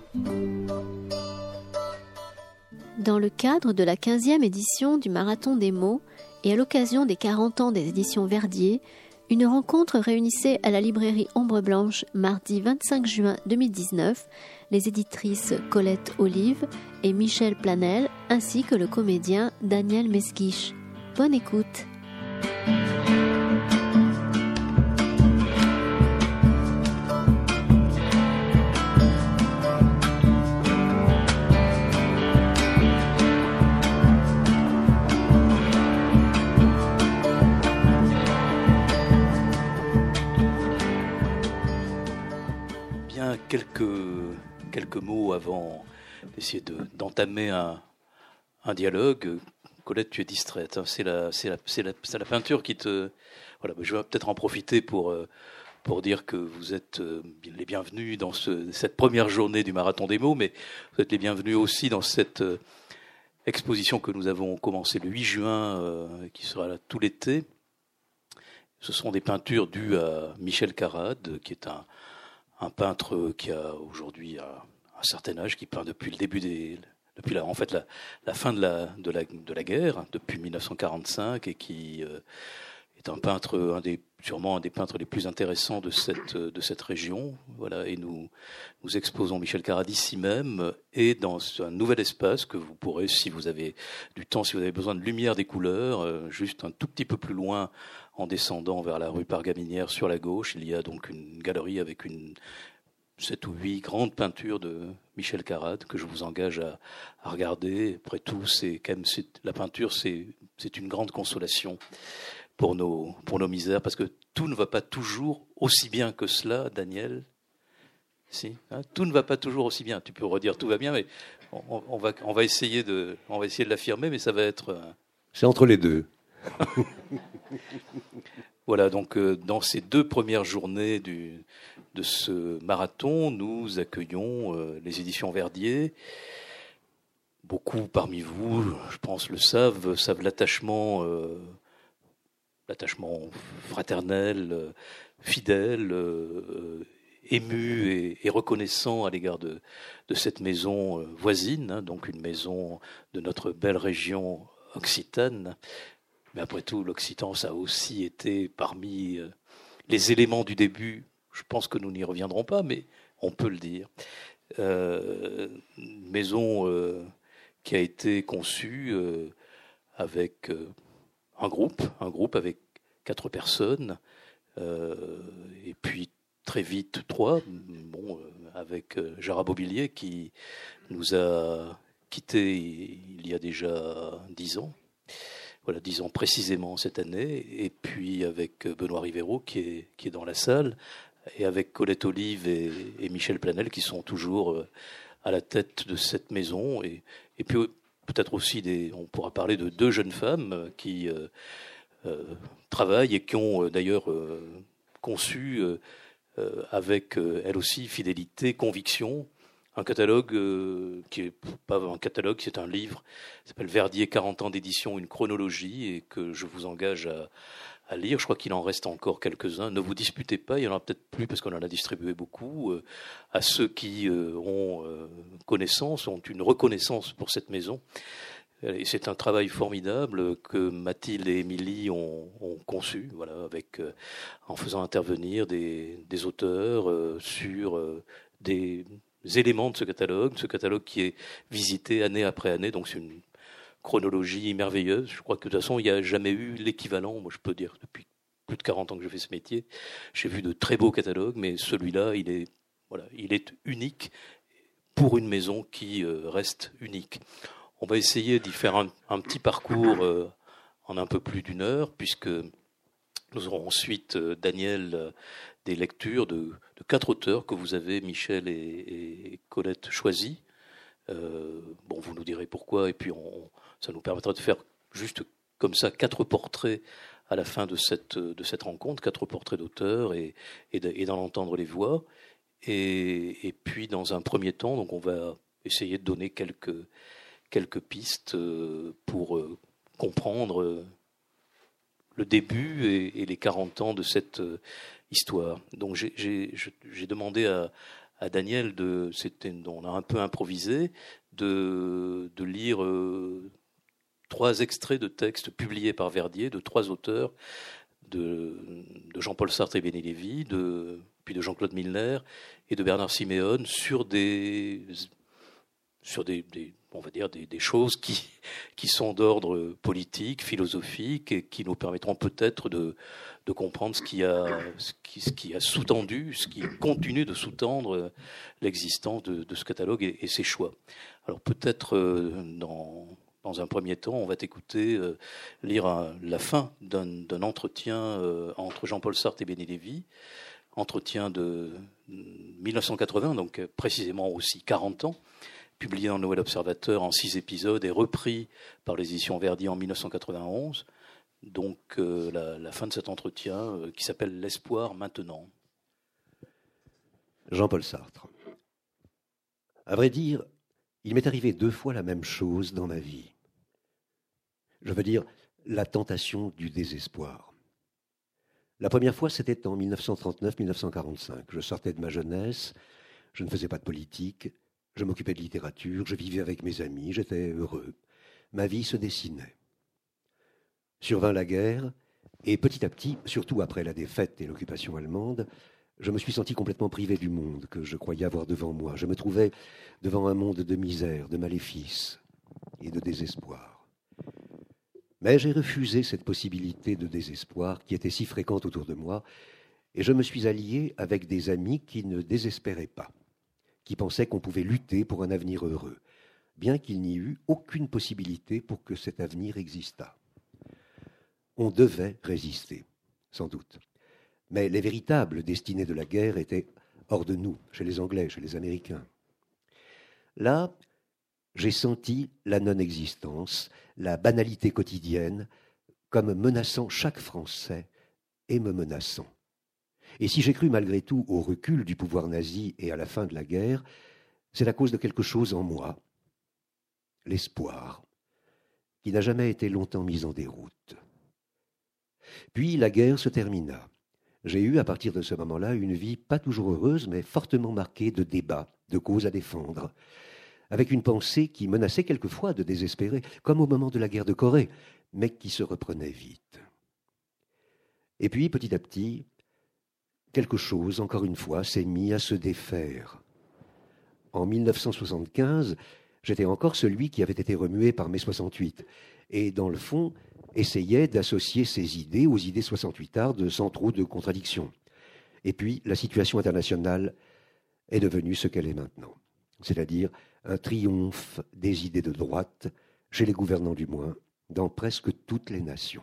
Dans le cadre de la 15e édition du Marathon des mots et à l'occasion des 40 ans des éditions Verdier, une rencontre réunissait à la librairie Ombre Blanche mardi 25 juin 2019 les éditrices Colette Olive et Michel Planel ainsi que le comédien Daniel Mesguich. Bonne écoute. Quelques mots avant d'essayer d'entamer un dialogue. Colette, tu es distraite. Hein. C'est la peinture qui te... Voilà, je vais peut-être en profiter pour dire que vous êtes les bienvenus dans cette première journée du Marathon des mots, mais vous êtes les bienvenus aussi dans cette exposition que nous avons commencée le 8 juin, qui sera là tout l'été. Ce sont des peintures dues à Michel Carrade, qui est un peintre qui a aujourd'hui un certain âge, qui peint depuis le début depuis la fin de la guerre, depuis 1945, et qui est un peintre, sûrement un des peintres les plus intéressants de cette région. Voilà, et nous exposons Michel Carrade ici même et dans un nouvel espace que vous pourrez, si vous avez du temps, si vous avez besoin de lumière, des couleurs, juste un tout petit peu plus loin. En descendant vers la rue Pargaminière sur la gauche, il y a donc une galerie avec 7 ou 8 grandes peintures de Michel Carrade que je vous engage à regarder. Après tout, la peinture, c'est une grande consolation pour nos misères, parce que tout ne va pas toujours aussi bien que cela, Daniel. Si, hein, tout ne va pas toujours aussi bien. Tu peux redire tout va bien, mais on va essayer de l'affirmer, mais ça va être. C'est entre les deux. Voilà, donc dans ces 2 premières journées de ce marathon, nous accueillons les éditions Verdier. Beaucoup parmi vous, je pense, savent l'attachement fraternel, fidèle, ému et reconnaissant à l'égard de cette maison voisine, hein, donc une maison de notre belle région occitane. Mais après tout, l'Occitan, ça a aussi été parmi les éléments du début. Je pense que nous n'y reviendrons pas, mais on peut le dire. Une maison qui a été conçue avec un groupe avec 4 personnes, et puis très vite 3, avec Gérard Bobillier qui nous a quittés il y a déjà 10 ans. Voilà, 10 ans précisément cette année, et puis avec Benoît Rivero qui est dans la salle, et avec Colette Olive et Michel Planel qui sont toujours à la tête de cette maison, et puis peut-être aussi on pourra parler de 2 jeunes femmes qui travaillent et qui ont d'ailleurs conçu avec elles aussi fidélité, conviction, un catalogue qui est pas un catalogue, c'est un livre, qui s'appelle Verdier 40 ans d'édition, une chronologie, et que je vous engage à lire. Je crois qu'il en reste encore quelques-uns. Ne vous disputez pas, il y en a peut-être plus parce qu'on en a distribué beaucoup. À ceux qui ont connaissance, ont une reconnaissance pour cette maison. Et c'est un travail formidable que Mathilde et Émilie ont conçu, voilà, en faisant intervenir des auteurs sur des éléments de ce catalogue qui est visité année après année. Donc c'est une chronologie merveilleuse. Je crois que de toute façon, il n'y a jamais eu l'équivalent. Moi, je peux dire, depuis plus de 40 ans que je fais ce métier, j'ai vu de très beaux catalogues, mais celui-là, il est unique pour une maison qui reste unique. On va essayer d'y faire un petit parcours en un peu plus d'1 heure, puisque nous aurons ensuite, Daniel, des lectures de 4 auteurs que vous avez, Michel et Colette, choisis. Vous nous direz pourquoi, et puis ça nous permettra de faire juste comme ça 4 portraits à la fin de cette rencontre, 4 portraits d'auteurs, et d'en entendre les voix. Et puis, dans un premier temps, donc on va essayer de donner quelques pistes pour comprendre le début et les 40 ans de cette histoire. Donc j'ai demandé à à Daniel, on a un peu improvisé, de lire 3 extraits de textes publiés par Verdier, de 3 auteurs, de Jean-Paul Sartre et Béni Lévy, puis de Jean-Claude Milner et de Bernard Siméon sur des on va dire des choses qui sont d'ordre politique, philosophique, et qui nous permettront peut-être de comprendre ce qui a sous-tendu, ce qui continue de sous-tendre l'existence de ce catalogue et ses choix. Alors peut-être dans un premier temps, on va t'écouter lire la fin d'un entretien entre Jean-Paul Sartre et Béni Lévy, entretien de 1980, donc précisément aussi 40 ans, publié dans le Nouvel Observateur en 6 épisodes et repris par les éditions Verdier en 1991. Donc la fin de cet entretien qui s'appelle « L'espoir maintenant ». Jean-Paul Sartre. À vrai dire, il m'est arrivé 2 fois la même chose dans ma vie. Je veux dire, la tentation du désespoir. La première fois, c'était en 1939-1945. Je sortais de ma jeunesse, je ne faisais pas de politique, je m'occupais de littérature, je vivais avec mes amis, j'étais heureux. Ma vie se dessinait. Survint la guerre, et petit à petit, surtout après la défaite et l'occupation allemande, je me suis senti complètement privé du monde que je croyais avoir devant moi. Je me trouvais devant un monde de misère, de maléfices et de désespoir. Mais j'ai refusé cette possibilité de désespoir qui était si fréquente autour de moi, et je me suis allié avec des amis qui ne désespéraient pas, qui pensaient qu'on pouvait lutter pour un avenir heureux, bien qu'il n'y eût aucune possibilité pour que cet avenir existât. On devait résister, sans doute. Mais les véritables destinées de la guerre étaient hors de nous, chez les Anglais, chez les Américains. Là, j'ai senti la non-existence, la banalité quotidienne, comme menaçant chaque Français et me menaçant. Et si j'ai cru malgré tout au recul du pouvoir nazi et à la fin de la guerre, c'est la cause de quelque chose en moi, l'espoir, qui n'a jamais été longtemps mis en déroute. Puis la guerre se termina. J'ai eu, à partir de ce moment-là, une vie pas toujours heureuse, mais fortement marquée de débats, de causes à défendre, avec une pensée qui menaçait quelquefois de désespérer, comme au moment de la guerre de Corée, mais qui se reprenait vite. Et puis, petit à petit, quelque chose, encore une fois, s'est mis à se défaire. En 1975, j'étais encore celui qui avait été remué par mai 68, et dans le fond, essayait d'associer ses idées aux idées 68ardes sans trop de contradictions. Et puis, la situation internationale est devenue ce qu'elle est maintenant, c'est-à-dire un triomphe des idées de droite, chez les gouvernants du moins, dans presque toutes les nations.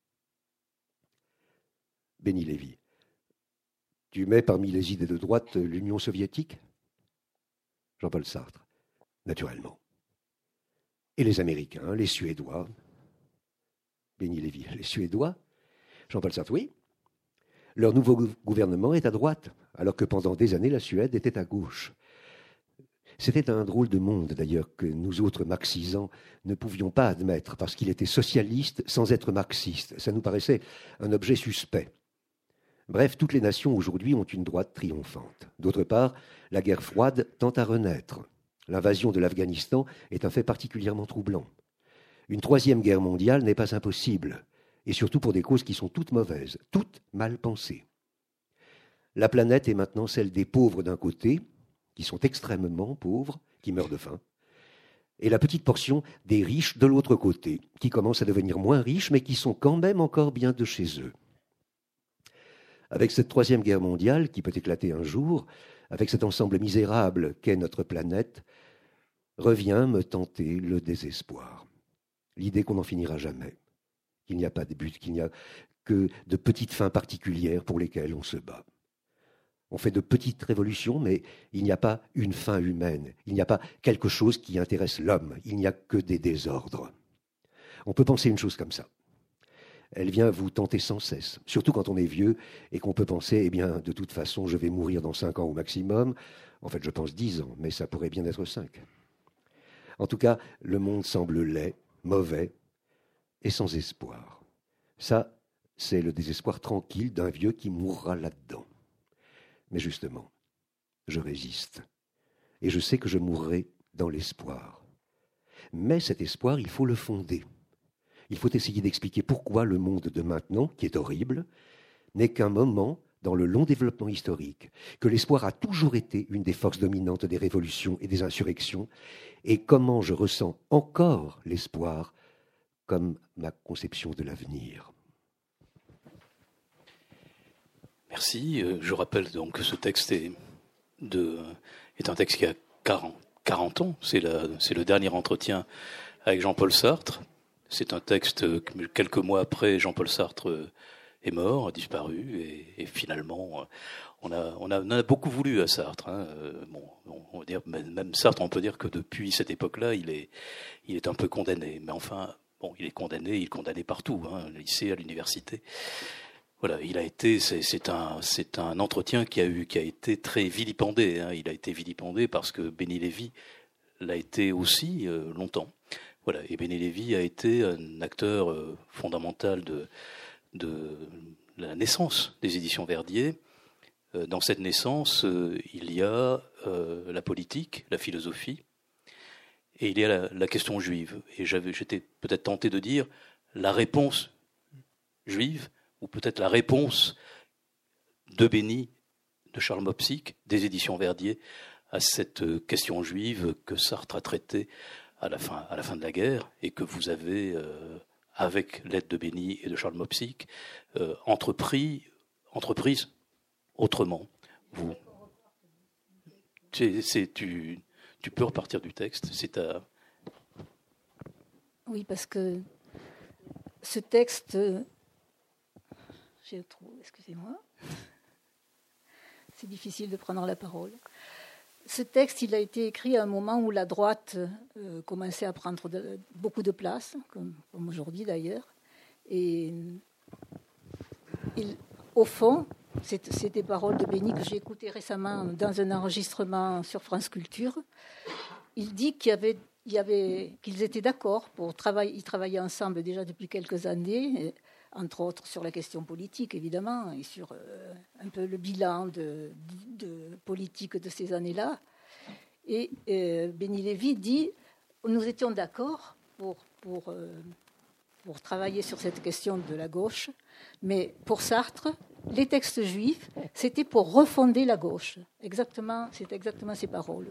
Béni Lévy. Tu mets parmi les idées de droite l'Union soviétique ? Jean-Paul Sartre. Naturellement. Et les Américains, les Suédois. Béni Lévy. Les Suédois ? Jean-Paul Sartre, oui. Leur nouveau gouvernement est à droite, alors que pendant des années, la Suède était à gauche. C'était un drôle de monde, d'ailleurs, que nous autres marxisants ne pouvions pas admettre, parce qu'il était socialiste sans être marxiste. Ça nous paraissait un objet suspect. Bref, toutes les nations aujourd'hui ont une droite triomphante. D'autre part, la guerre froide tend à renaître. L'invasion de l'Afghanistan est un fait particulièrement troublant. Une 3e guerre mondiale n'est pas impossible, et surtout pour des causes qui sont toutes mauvaises, toutes mal pensées. La planète est maintenant celle des pauvres d'un côté, qui sont extrêmement pauvres, qui meurent de faim, et la petite portion des riches de l'autre côté, qui commencent à devenir moins riches, mais qui sont quand même encore bien de chez eux. Avec cette 3e guerre mondiale, qui peut éclater un jour, avec cet ensemble misérable qu'est notre planète, revient me tenter le désespoir. L'idée qu'on n'en finira jamais, qu'il n'y a pas de but, qu'il n'y a que de petites fins particulières pour lesquelles on se bat. On fait de petites révolutions, mais il n'y a pas une fin humaine, il n'y a pas quelque chose qui intéresse l'homme, il n'y a que des désordres. On peut penser une chose comme ça. Elle vient vous tenter sans cesse, surtout quand on est vieux et qu'on peut penser, eh bien, de toute façon, je vais mourir dans 5 ans au maximum. En fait, je pense 10 ans, mais ça pourrait bien être 5. En tout cas, le monde semble laid, mauvais et sans espoir. Ça, c'est le désespoir tranquille d'un vieux qui mourra là-dedans. Mais justement, je résiste. Et je sais que je mourrai dans l'espoir. Mais cet espoir, il faut le fonder. Il faut essayer d'expliquer pourquoi le monde de maintenant, qui est horrible, n'est qu'un moment dans le long développement historique, que l'espoir a toujours été une des forces dominantes des révolutions et des insurrections, et comment je ressens encore l'espoir comme ma conception de l'avenir. Merci. Je rappelle donc que ce texte est un texte qui a 40 ans. C'est le dernier entretien avec Jean-Paul Sartre. C'est un texte quelques mois après Jean-Paul Sartre est mort, a disparu, et finalement, on a beaucoup voulu à Sartre. Hein. On va dire, même Sartre, on peut dire que depuis cette époque-là, il est un peu condamné. Mais enfin, bon, il est condamné partout, hein, au lycée, à l'université. Voilà, c'est un entretien qui a été très vilipendé. Hein. Il a été vilipendé parce que Benny Lévy l'a été aussi longtemps. Voilà, et Benny Lévy a été un acteur fondamental de la naissance des éditions Verdier. Dans cette naissance, il y a la politique, la philosophie, et il y a la question juive. Et j'étais peut-être tenté de dire la réponse juive, ou peut-être la réponse de Benny, de Charles Mopsic, des éditions Verdier, à cette question juive que Sartre a traitée à la fin de la guerre, et que vous avez, avec l'aide de Benny et de Charles Mopsic, entreprise autrement. Tu peux repartir du texte. Oui, parce que ce texte... Excusez-moi. C'est difficile de prendre la parole. Ce texte, il a été écrit à un moment où la droite commençait à prendre beaucoup de place, comme aujourd'hui d'ailleurs. Et au fond, c'est des paroles de Benny que j'ai écoutées récemment dans un enregistrement sur France Culture. Il dit qu'ils étaient d'accord pour travailler. Ils travaillaient ensemble déjà depuis quelques années, entre autres sur la question politique, évidemment, et sur un peu le bilan de politique de ces années-là. Et Benny Lévy dit, nous étions d'accord pour travailler sur cette question de la gauche, mais pour Sartre, les textes juifs, c'était pour refonder la gauche. C'est exactement ces paroles.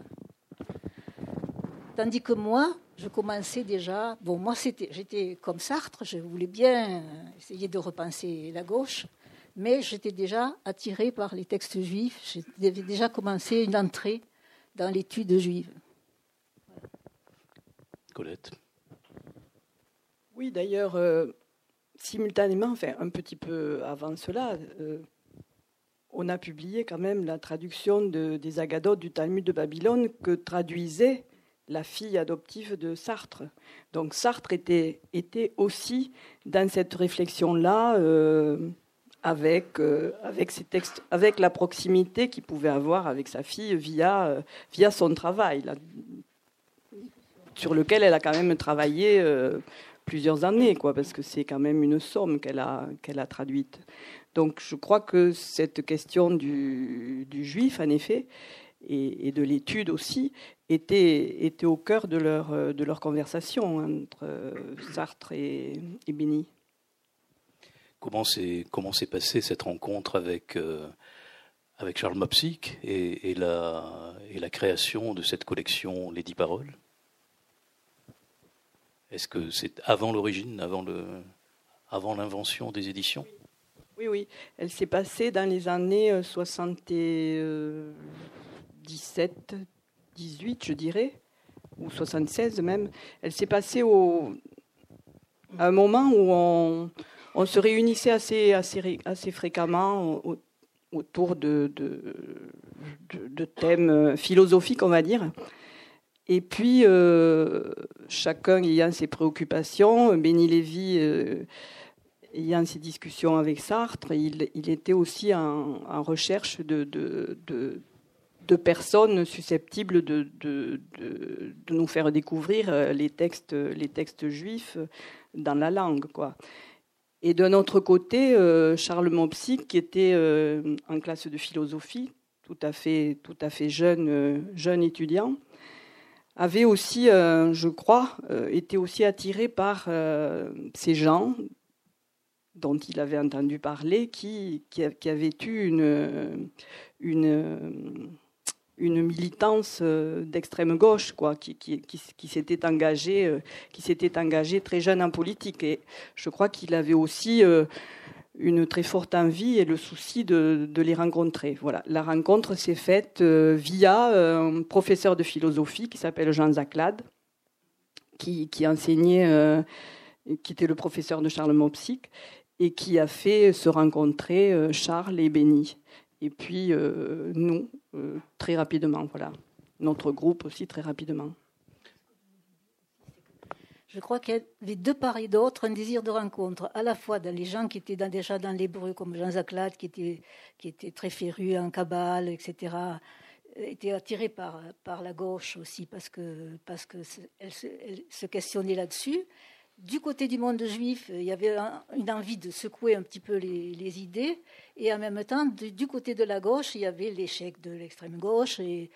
Tandis que moi, je commençais déjà... moi, j'étais comme Sartre, je voulais bien essayer de repenser la gauche, mais j'étais déjà attirée par les textes juifs. J'avais déjà commencé une entrée dans l'étude juive. Colette. Oui, d'ailleurs, simultanément, un petit peu avant cela, on a publié quand même la traduction des Agadotes du Talmud de Babylone que traduisait la fille adoptive de Sartre. Donc Sartre était aussi dans cette réflexion-là, avec ces textes, avec la proximité qu'il pouvait avoir avec sa fille via son travail, là, sur lequel elle a quand même travaillé plusieurs années, parce que c'est quand même une somme qu'elle a traduite. Donc je crois que cette question du juif, en effet, et de l'étude aussi, était au cœur de leur conversation entre Sartre et Benny. Comment s'est passée cette rencontre avec Charles Mopsic et la création de cette collection Les 10 paroles? Est-ce que c'est avant l'origine, avant l'invention des éditions? Oui. Elle s'est passée dans les années 77, 18, je dirais, ou 76 même. Elle s'est passée à un moment où on se réunissait assez fréquemment autour de thèmes philosophiques, on va dire. Et puis, chacun ayant ses préoccupations, Benny Lévy ayant ses discussions avec Sartre, il était aussi en recherche de personnes susceptibles de nous faire découvrir les textes juifs dans la langue, Et d'un autre côté, Charles Mopsic, qui était en classe de philosophie, tout à fait jeune étudiant, avait aussi, je crois, été aussi attiré par ces gens dont il avait entendu parler, qui avaient eu une militance d'extrême gauche, quoi, qui s'était engagé très jeune en politique. Et je crois qu'il avait aussi une très forte envie et le souci de les rencontrer. Voilà. La rencontre s'est faite via un professeur de philosophie qui s'appelle Jean Zaclade, qui enseignait, qui était le professeur de Charles Mopsic, et qui a fait se rencontrer Charles et Béni. Et puis nous, très rapidement, voilà. Notre groupe aussi, très rapidement. Je crois qu'il y avait de part et d'autre un désir de rencontre, à la fois dans les gens qui étaient déjà dans l'hébreu, comme Jean Zaclade, qui était très féru en Kabbale, etc., était attiré par la gauche aussi, parce qu'elle se questionnait là-dessus. Du côté du monde juif, il y avait une envie de secouer un petit peu les idées, et en même temps, du côté de la gauche, il y avait l'échec de l'extrême gauche et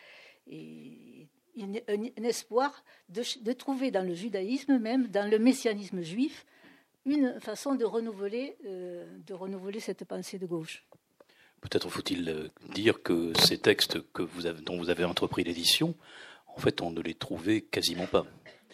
un espoir de trouver dans le judaïsme, même dans le messianisme juif, une façon de renouveler cette pensée de gauche. Peut-être faut-il dire que ces textes dont vous avez entrepris l'édition, en fait, on ne les trouvait quasiment pas.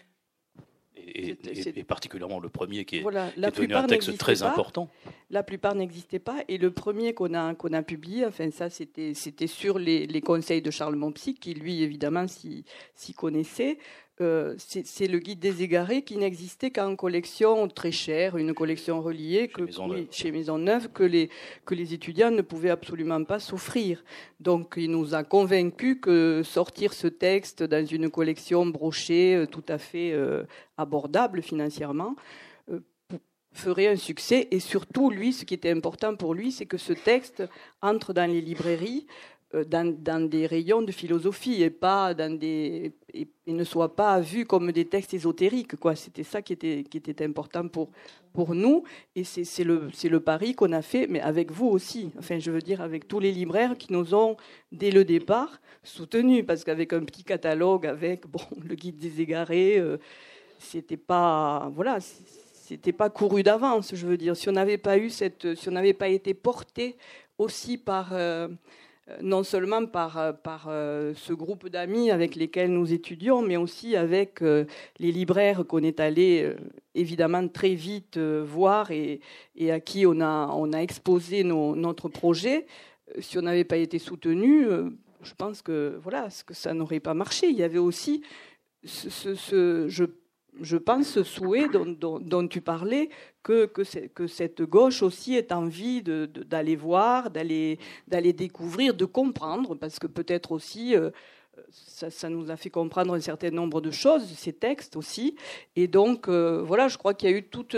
Et particulièrement le premier qui est devenu un texte très important. La plupart n'existaient pas. Et le premier qu'on a publié, enfin ça c'était sur les conseils de Charles Mopsic, qui lui évidemment s'y connaissait. C'est le guide des égarés qui n'existait qu'en collection très chère, une collection reliée chez Maisonneuve, que les étudiants ne pouvaient absolument pas s'offrir. Donc il nous a convaincus que sortir ce texte dans une collection brochée tout à fait abordable financièrement ferait un succès. Et surtout, lui, ce qui était important pour lui, c'est que ce texte entre dans les librairies dans des rayons de philosophie et pas et ne soit pas vu comme des textes ésotériques, quoi. C'était ça qui était important pour nous, et c'est le pari qu'on a fait, mais avec vous aussi. Enfin, je veux dire, avec tous les libraires qui nous ont dès le départ soutenus, parce qu'avec un petit catalogue, avec le guide des égarés, c'était pas couru d'avance. Je veux dire, si on n'avait pas été porté aussi par non seulement par ce groupe d'amis avec lesquels nous étudions, mais aussi avec les libraires qu'on est allé évidemment très vite voir et à qui on a exposé notre projet. Si on n'avait pas été soutenu, je pense que ça n'aurait pas marché. Il y avait aussi je pense ce souhait dont tu parlais, que cette gauche aussi ait envie d'aller voir, d'aller découvrir, de comprendre, parce que peut-être aussi ça nous a fait comprendre un certain nombre de choses, ces textes aussi. Et donc je crois qu'il y a eu tout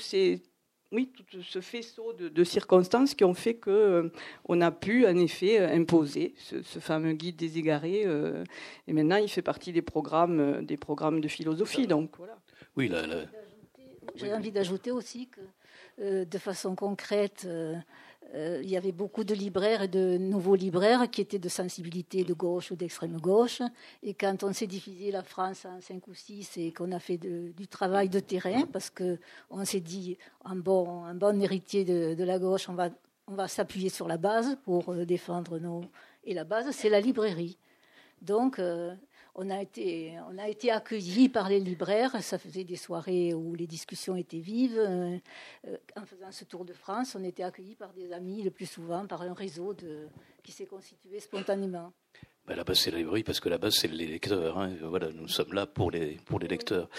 ce faisceau de circonstances qui ont fait qu'on a pu en effet imposer ce fameux guide des égarés, et maintenant il fait partie des programmes de philosophie. Donc voilà. Oui, j'ai envie d'ajouter aussi que de façon concrète, il y avait beaucoup de libraires et de nouveaux libraires qui étaient de sensibilité de gauche ou d'extrême gauche. Et quand on s'est divisé la France en 5 ou 6 et qu'on a fait du travail de terrain, parce qu'on s'est dit, un bon héritier de la gauche, on va s'appuyer sur la base pour défendre Et la base, c'est la librairie. Donc, on a été accueillis par les libraires. Ça faisait des soirées où les discussions étaient vives. En faisant ce tour de France, on était accueillis par des amis, le plus souvent par un réseau qui s'est constitué spontanément. La base, c'est la librairie, parce que la base, c'est les lecteurs. Hein. Voilà, nous sommes là pour les lecteurs.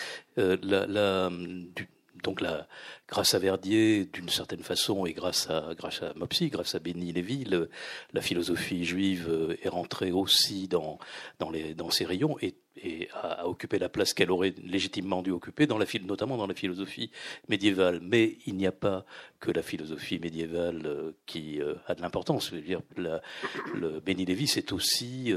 Donc grâce à Verdier, d'une certaine façon, et grâce à Mopsic, grâce à Béni Lévy, la philosophie juive est rentrée aussi dans ces rayons et a occupé la place qu'elle aurait légitimement dû occuper, notamment dans la philosophie médiévale. Mais il n'y a pas que la philosophie médiévale qui a de l'importance. Je veux dire, le Béni Lévy, c'est aussi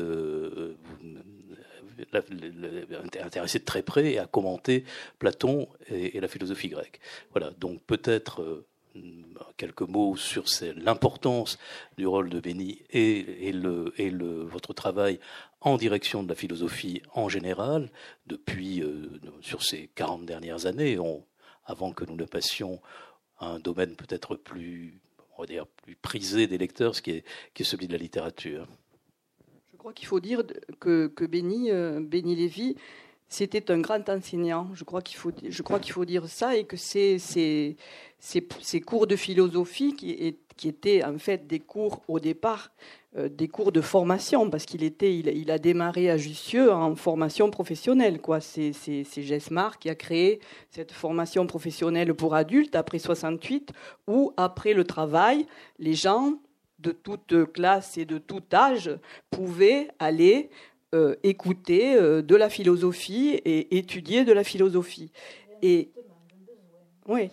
intéressé de très près et à commenter Platon et la philosophie grecque. Voilà, donc peut-être quelques mots sur l'importance du rôle de Béni et votre travail en direction de la philosophie en général depuis sur ces 40 dernières années, avant que nous ne passions à un domaine peut-être plus, on va dire, plus prisé des lecteurs, qui est celui de la littérature. Je crois qu'il faut dire que Béni Lévy, c'était un grand enseignant. Je crois qu'il faut dire ça, et que ces cours de philosophie qui étaient en fait des cours au départ, des cours de formation, parce il a démarré à Jussieu en formation professionnelle, quoi. C'est Gesmar qui a créé cette formation professionnelle pour adultes après 68, où après le travail, les gens de toute classe et de tout âge pouvaient aller écouter de la philosophie et étudier de la philosophie. Et oui,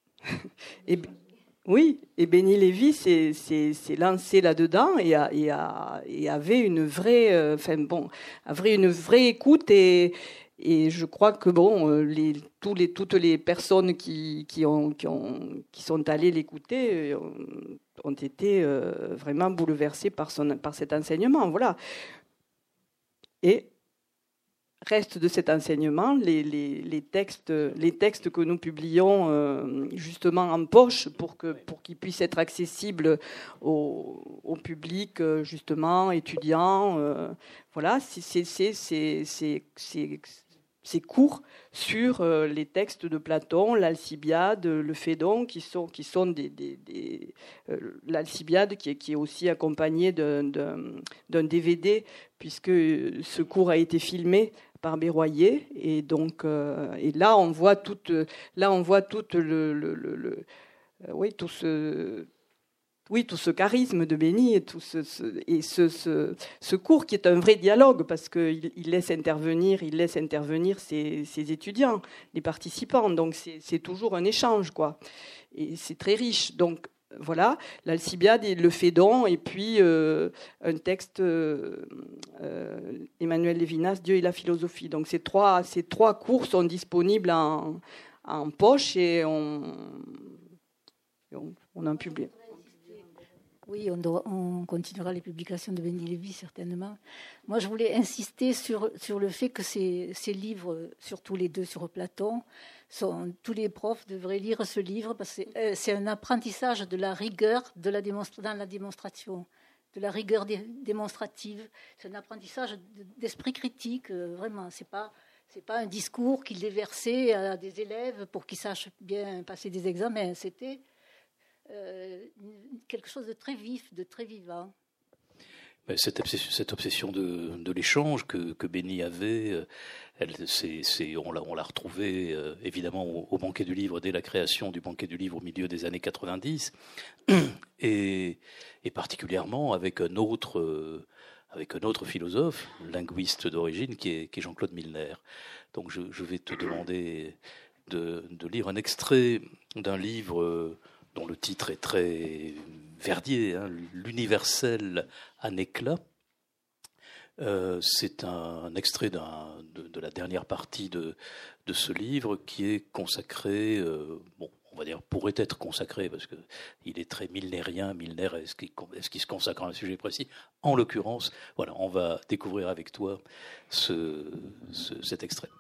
et Béni Lévy s'est lancé là-dedans et avait une vraie, une vraie écoute, et je crois que toutes les personnes qui sont allées l'écouter ont été vraiment bouleversées par cet enseignement. Voilà. Et reste de cet enseignement les textes que nous publions justement en poche pour qu'ils puissent être accessibles au public justement étudiant. Voilà, ces cours sur les textes de Platon, l'Alcibiade, le Phédon, qui sont l'Alcibiade qui est aussi accompagné d'un DVD, puisque ce cours a été filmé par Berroyer, et donc et là on voit tout ce charisme de Béni et ce cours qui est un vrai dialogue, parce qu'il laisse intervenir ses étudiants, les participants. Donc c'est toujours un échange, quoi. Et c'est très riche. Donc voilà, l'Alcibiade et le Phédon, et puis un texte Emmanuel Lévinas, Dieu et la philosophie. Donc ces trois cours sont disponibles en poche, et on en publie. Oui, on continuera les publications de Béni Lévy, certainement. Moi, je voulais insister sur le fait que ces livres, surtout les deux sur Platon, tous les profs devraient lire ce livre, parce que c'est un apprentissage de la rigueur dans la démonstration, de la rigueur démonstrative. C'est un apprentissage d'esprit critique, vraiment. C'est pas un discours qu'il déversait à des élèves pour qu'ils sachent bien passer des examens. C'était quelque chose de très vif, de très vivant. Cette obsession de l'échange que Béni avait, on l'a retrouvée évidemment au Banquet du Livre, dès la création du Banquet du Livre au milieu des années 90, et particulièrement avec un autre philosophe, linguiste d'origine, qui est Jean-Claude Milner. Donc je vais te demander de lire un extrait d'un livre dont le titre est très Verdier, L'universel en éclat. C'est un extrait de la dernière partie de ce livre, qui est consacré, on va dire pourrait être consacré, parce qu'il est très milnérien. Milner, est-ce qu'il se consacre à un sujet précis? En l'occurrence, voilà, on va découvrir avec toi cet extrait.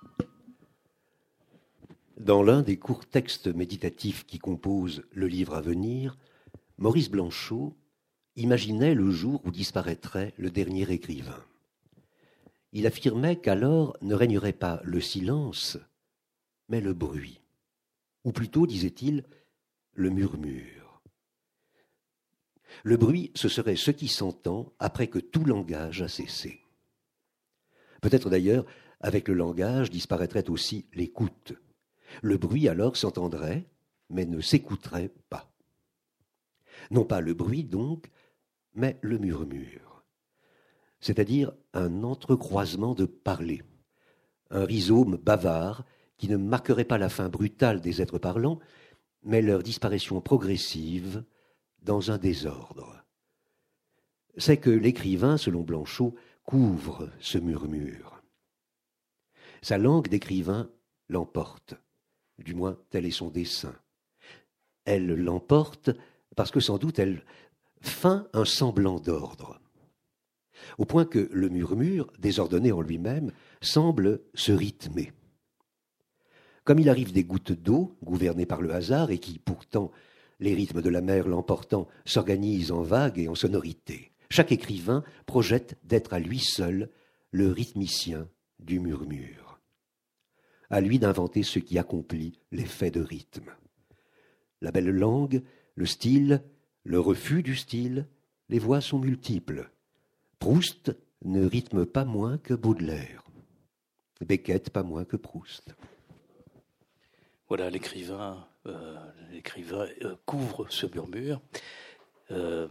Dans l'un des courts textes méditatifs qui composent le livre à venir, Maurice Blanchot imaginait le jour où disparaîtrait le dernier écrivain. Il affirmait qu'alors ne régnerait pas le silence, mais le bruit. Ou plutôt, disait-il, le murmure. Le bruit, ce serait ce qui s'entend après que tout langage a cessé. Peut-être d'ailleurs, avec le langage disparaîtrait aussi l'écoute. Le bruit alors s'entendrait, mais ne s'écouterait pas. Non pas le bruit donc, mais le murmure. C'est-à-dire un entrecroisement de parler, un rhizome bavard qui ne marquerait pas la fin brutale des êtres parlants, mais leur disparition progressive dans un désordre. C'est que l'écrivain, selon Blanchot, couvre ce murmure. Sa langue d'écrivain l'emporte. Du moins, tel est son dessein. elle l'emporte parce que sans doute elle feint un semblant d'ordre, au point que le murmure, désordonné en lui-même, semble se rythmer. Comme il arrive des gouttes d'eau, gouvernées par le hasard, et qui, pourtant, les rythmes de la mer l'emportant, s'organisent en vagues et en sonorités. Chaque écrivain projette d'être à lui seul le rythmicien du murmure. À lui d'inventer ce qui accomplit l'effet de rythme. La belle langue, le style, le refus du style, les voix sont multiples. Proust ne rythme pas moins que Baudelaire. Beckett pas moins que Proust. Voilà, l'écrivain couvre ce murmure. Je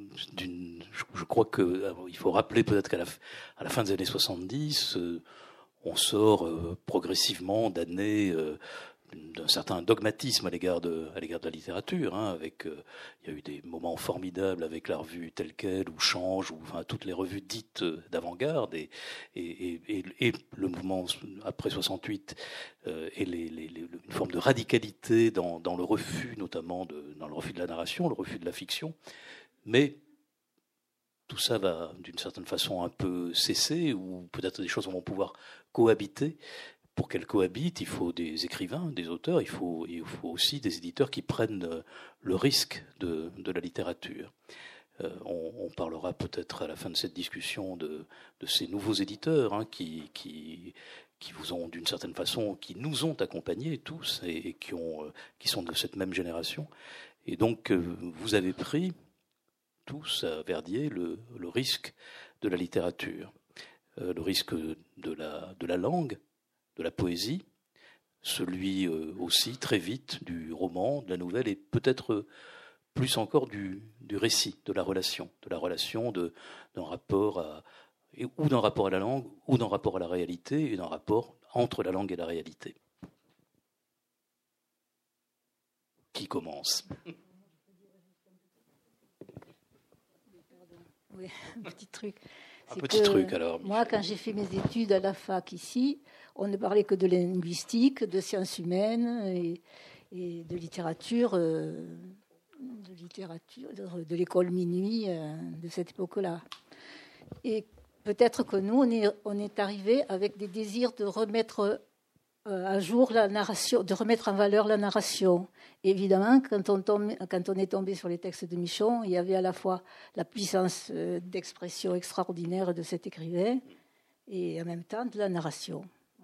crois qu'il faut rappeler peut-être qu'à la fin des années 70, on sort progressivement d'années d'un certain dogmatisme à l'égard de la littérature. Avec, il y a eu des moments formidables avec la revue Telle Quelle ou Change, ou enfin toutes les revues dites d'avant-garde, et le mouvement après 68 et une forme de radicalité dans le refus, notamment dans le refus de la narration, le refus de la fiction. Mais tout ça va d'une certaine façon un peu cesser, ou peut-être des choses vont pouvoir cohabiter. Pour qu'elles cohabitent, il faut des écrivains, des auteurs, il faut aussi des éditeurs qui prennent le risque de la littérature. On parlera peut-être à la fin de cette discussion de ces nouveaux éditeurs qui vous ont d'une certaine façon, qui nous ont accompagnés tous et qui sont de cette même génération. Et donc vous avez pris tous à Verdier le risque de la littérature, le risque de la langue, de la poésie, celui aussi très vite du roman, de la nouvelle, et peut-être plus encore du récit, de la relation d'un rapport à la langue, ou d'un rapport à la réalité, et d'un rapport entre la langue et la réalité. Qui commence ? Oui, un petit truc. Alors. Moi, quand j'ai fait mes études à la fac ici, on ne parlait que de linguistique, de sciences humaines et de littérature, de l'école minuit de cette époque-là. Et peut-être que nous, on est arrivé avec des désirs de remettre à jour la narration, de remettre en valeur la narration. Et évidemment, quand on est tombé sur les textes de Michon, il y avait à la fois la puissance d'expression extraordinaire de cet écrivain et en même temps de la narration.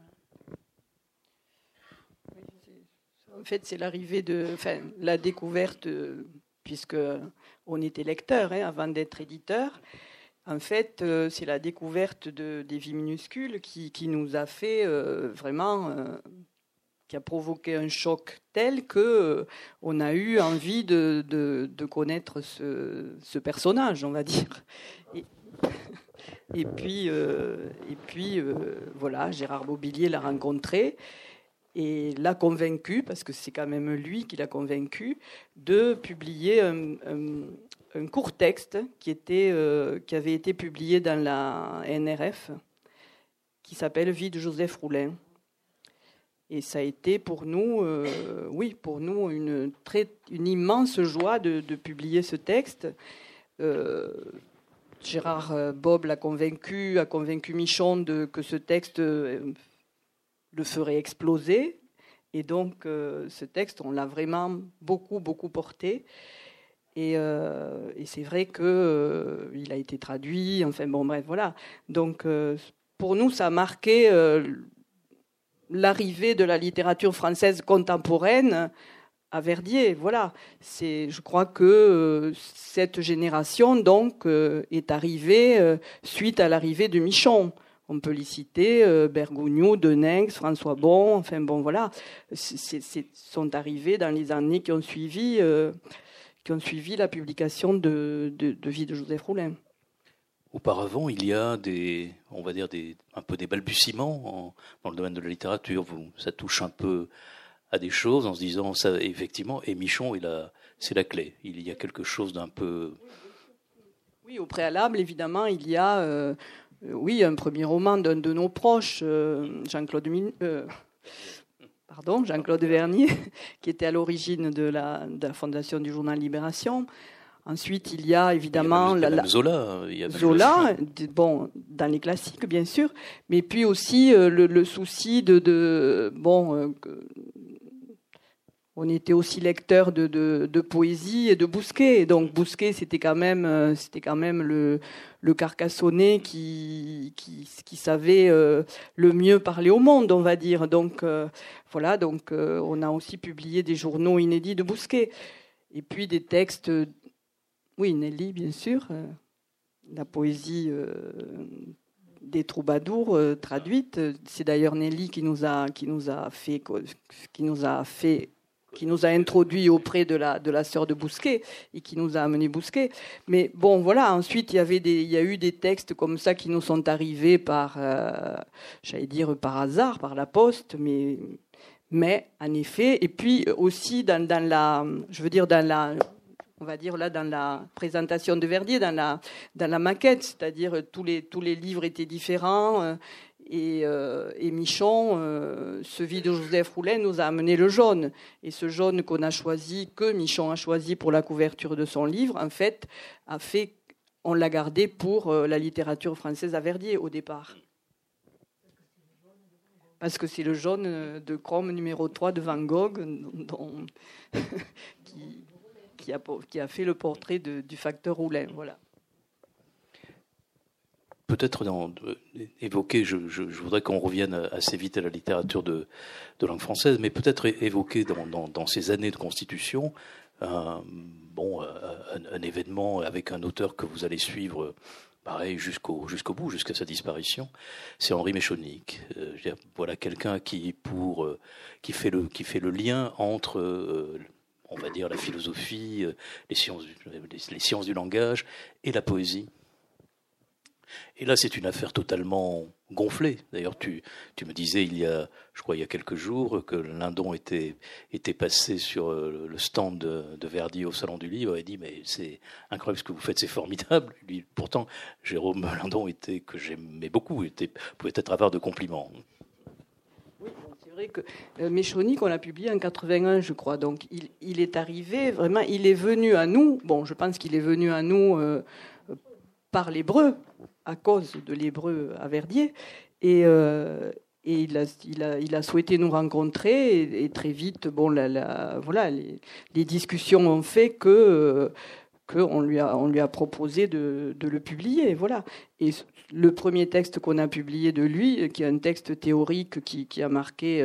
En fait, c'est la découverte, puisque on était lecteur avant d'être éditeur. En fait, c'est la découverte des vies minuscules qui nous a fait vraiment, qui a provoqué un choc tel que on a eu envie de connaître ce personnage, on va dire. Et puis, voilà, Gérard Mobilier l'a rencontré et l'a convaincu, parce que c'est quand même lui qui l'a convaincu, de publier un court texte qui avait été publié dans la NRF, qui s'appelle Vie de Joseph Roulin. Et ça a été pour nous, une immense joie de publier ce texte. Gérard Bob a convaincu Michon que ce texte le ferait exploser. Et donc, ce texte, on l'a vraiment beaucoup, beaucoup porté. Et c'est vrai qu'il a été traduit. Enfin, bon, bref, voilà. Donc, pour nous, ça a marqué l'arrivée de la littérature française contemporaine à Verdier. Voilà. Je crois que cette génération, donc, est arrivée suite à l'arrivée de Michon. On peut les citer, Bergogneau, Deninx, François Bon. Enfin, bon, voilà. Sont arrivés dans les années qui ont suivi la publication de Vie de Joseph Roulin. Auparavant, il y a un peu des balbutiements dans le domaine de la littérature. Ça touche un peu à des choses en se disant, ça, effectivement, et Michon, c'est la clé. Il y a quelque chose d'un peu... Oui, au préalable, évidemment, il y a un premier roman d'un de nos proches, Jean-Claude Jean-Claude Vernier, qui était à l'origine de la fondation du journal Libération. Ensuite, il y a évidemment Zola. Zola, bon, dans les classiques, bien sûr, mais puis aussi le souci on était aussi lecteur de poésie et de Bousquet. Et donc Bousquet, c'était quand même le Carcassonnais qui savait le mieux parler au monde, on va dire. Donc voilà, on a aussi publié des journaux inédits de Bousquet. Et puis des textes, oui, Nelly, bien sûr, la poésie des troubadours traduite. C'est d'ailleurs Nelly qui nous a introduit auprès de la sœur de Bousquet et qui nous a amené Bousquet. Mais bon, voilà. Ensuite, il y a eu des textes comme ça qui nous sont arrivés par hasard, par la poste, mais en effet. Et puis aussi dans la présentation de Verdier, dans la maquette, c'est-à-dire tous les livres étaient différents. Et Michon, celui de Joseph Roulet, nous a amené le jaune. Et ce jaune que Michon a choisi pour la couverture de son livre, en fait, on l'a gardé pour la littérature française à Verdier au départ. Parce que c'est le jaune de Chrome numéro 3 de Van Gogh qui a fait le portrait du facteur Roulet. Voilà. Peut-être évoquer, je voudrais qu'on revienne assez vite à la littérature de langue française, mais peut-être évoquer dans ces années de constitution un événement avec un auteur que vous allez suivre, pareil, jusqu'au bout, jusqu'à sa disparition. C'est Henri Méchonic. Voilà quelqu'un qui fait le lien entre on va dire la philosophie, les sciences du langage et la poésie. Et là, c'est une affaire totalement gonflée. D'ailleurs, tu me disais il y a quelques jours que Lindon était passé sur le stand de Verdier au Salon du Livre et dit mais c'est incroyable ce que vous faites, c'est formidable. Lui, pourtant, Jérôme Lindon que j'aimais beaucoup, pouvait être avare de compliments. Oui, c'est vrai que Méchonic, on l'a publié en 81, je crois. Donc, il est arrivé, vraiment, il est venu à nous. Bon, je pense qu'il est venu à nous par l'hébreu, à cause de l'hébreu à Verdier. Et il a souhaité nous rencontrer. Et très vite, les discussions ont fait qu'on lui a proposé de le publier. Voilà. Et le premier texte qu'on a publié de lui, qui est un texte théorique qui a marqué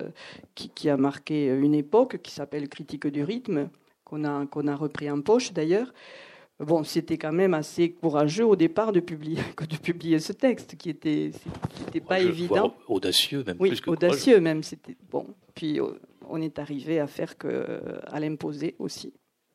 une époque, qui s'appelle Critique du rythme, qu'on a repris en poche d'ailleurs. Bon, c'était quand même assez courageux au départ de publier ce texte, qui était pas évident. Audacieux même. Oui, plus que audacieux même. C'était bon. Puis on est arrivé à l'imposer aussi.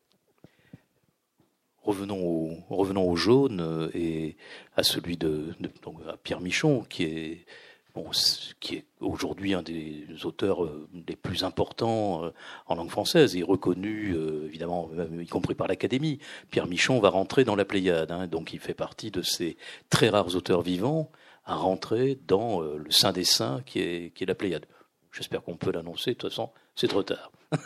Revenons au jaune et à celui donc à Pierre Michon, qui est aujourd'hui un des auteurs les plus importants en langue française et reconnu, évidemment, y compris par l'Académie. Pierre Michon va rentrer dans la Pléiade, donc il fait partie de ces très rares auteurs vivants à rentrer dans le saint des saints qui est la Pléiade. J'espère qu'on peut l'annoncer, de toute façon, c'est trop tard.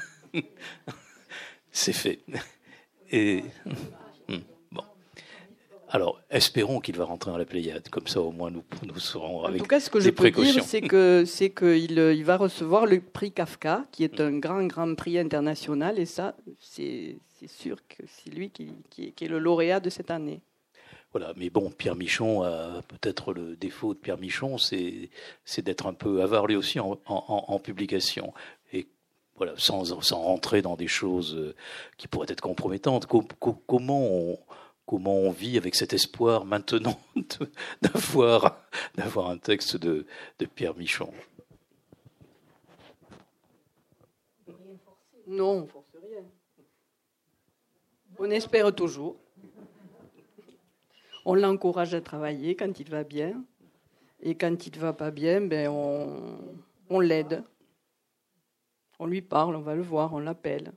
C'est fait. Et... Bon. Alors, espérons qu'il va rentrer dans la Pléiade, comme ça au moins nous serons avec des précautions. En tout cas, ce que je peux dire, c'est qu'il va recevoir le prix Kafka, qui est un grand prix international, et ça, c'est sûr que c'est lui qui est le lauréat de cette année. Voilà, mais bon, Pierre Michon a peut-être le défaut de Pierre Michon, c'est d'être un peu avare lui aussi en publication. Et voilà, sans rentrer dans des choses qui pourraient être compromettantes. Comment on vit avec cet espoir maintenant d'avoir un texte de Pierre Michon? Non, on ne force rien. On espère toujours. On l'encourage à travailler quand il va bien. Et quand il ne va pas bien, on l'aide. On lui parle, on va le voir, on l'appelle.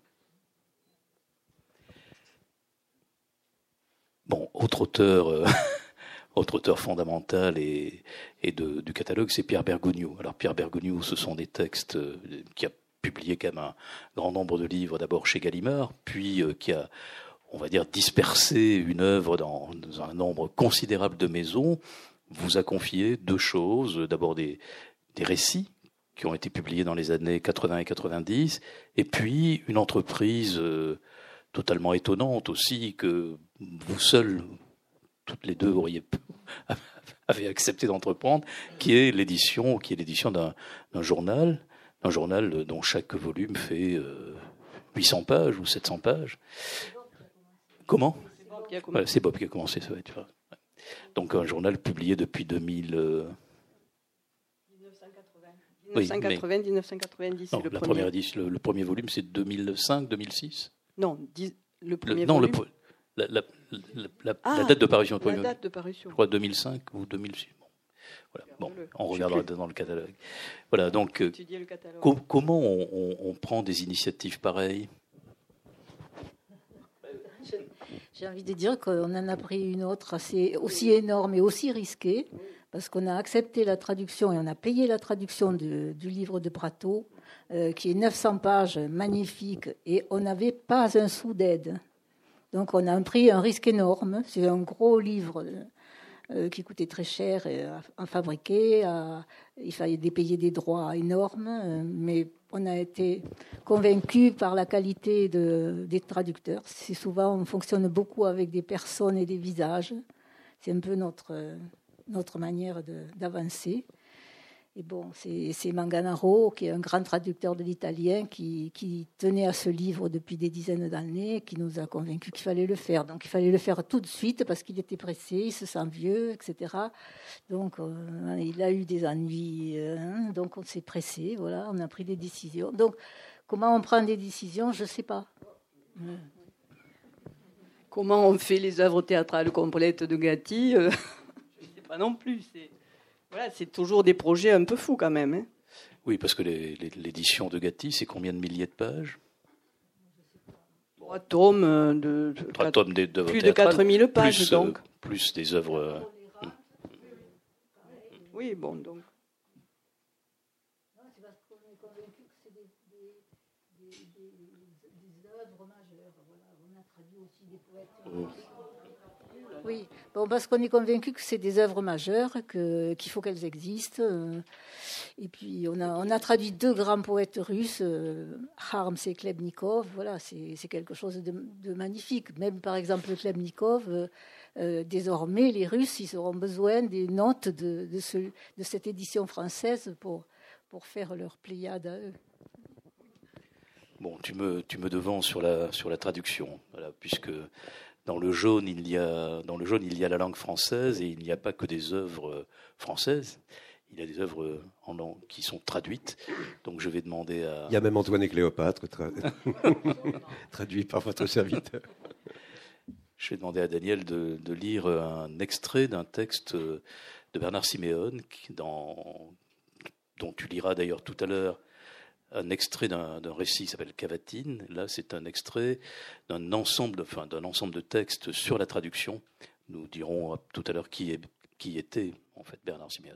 Bon, autre autre auteur fondamental du catalogue, c'est Pierre Bergogneau. Alors Pierre Bergogneau, ce sont des textes qui a publié quand même un grand nombre de livres, d'abord chez Gallimard, puis qui a, on va dire, dispersé une œuvre dans un nombre considérable de maisons, vous a confié deux choses. D'abord des récits qui ont été publiés dans les années 80 et 90, et puis une entreprise totalement étonnante aussi, que vous seuls, toutes les deux, avez accepté d'entreprendre, qui est l'édition d'un journal dont chaque volume fait 800 pages ou 700 pages. Comment ? C'est Bob qui a commencé, ça va être. Donc un journal publié depuis 1990, non, la première édition, le premier volume, c'est 2005-2006. Non, le premier volume. La date de parution. La date de parution. Je crois 2005 ou 2006. Bon, on regardera dans le catalogue. Voilà, donc comment on prend des initiatives pareilles ? J'ai envie de dire qu'on en a pris une autre aussi énorme et aussi risquée, parce qu'on a accepté la traduction et on a payé la traduction du livre de Prato, qui est 900 pages, magnifique, et on n'avait pas un sou d'aide. Donc on a pris un risque énorme. C'est un gros livre qui coûtait très cher à fabriquer. Il fallait payer des droits énormes, mais on a été convaincus par la qualité des traducteurs. C'est souvent, on fonctionne beaucoup avec des personnes et des visages. C'est un peu notre manière d'avancer. Et bon, c'est Manganaro, qui est un grand traducteur de l'italien, qui tenait à ce livre depuis des dizaines d'années, qui nous a convaincus qu'il fallait le faire. Donc il fallait le faire tout de suite parce qu'il était pressé, il se sent vieux, etc. Donc il a eu des ennuis, donc on s'est pressé, voilà, on a pris des décisions. Donc comment on prend des décisions, je ne sais pas. Comment on fait les œuvres théâtrales complètes de Gatti, je ne sais pas non plus. Voilà, c'est toujours des projets un peu fous quand même. Hein. Oui, parce que l'édition de Gatti, c'est combien de milliers de pages ? 3 tomes plus de 4000 pages, donc. Plus des œuvres... Oui, bon, donc. C'est parce qu'on est convaincu que c'est des œuvres majeures. Voilà, on a traduit aussi des poètes... Oui, bon, parce qu'on est convaincu que c'est des œuvres majeures, qu'il faut qu'elles existent. Et puis, on a traduit 2 grands poètes russes, Harms et Khlebnikov. Voilà, c'est quelque chose de magnifique. Même, par exemple, Khlebnikov, désormais, les Russes, ils auront besoin des notes de cette édition française pour faire leur Pléiade à eux. Bon, tu me devances sur la traduction, voilà, puisque... Dans le jaune, il y a la langue française et il n'y a pas que des œuvres françaises. Il y a des œuvres en langue qui sont traduites. Donc je vais demander à... Il y a même Antoine et Cléopâtre traduit par votre serviteur. Je vais demander à Daniel de lire un extrait d'un texte de Bernard Siméon, dont tu liras d'ailleurs tout à l'heure un extrait d'un récit qui s'appelle Cavatine. Là, c'est un extrait d'un ensemble de textes sur la traduction. Nous dirons tout à l'heure qui était en fait Bernard Siméon.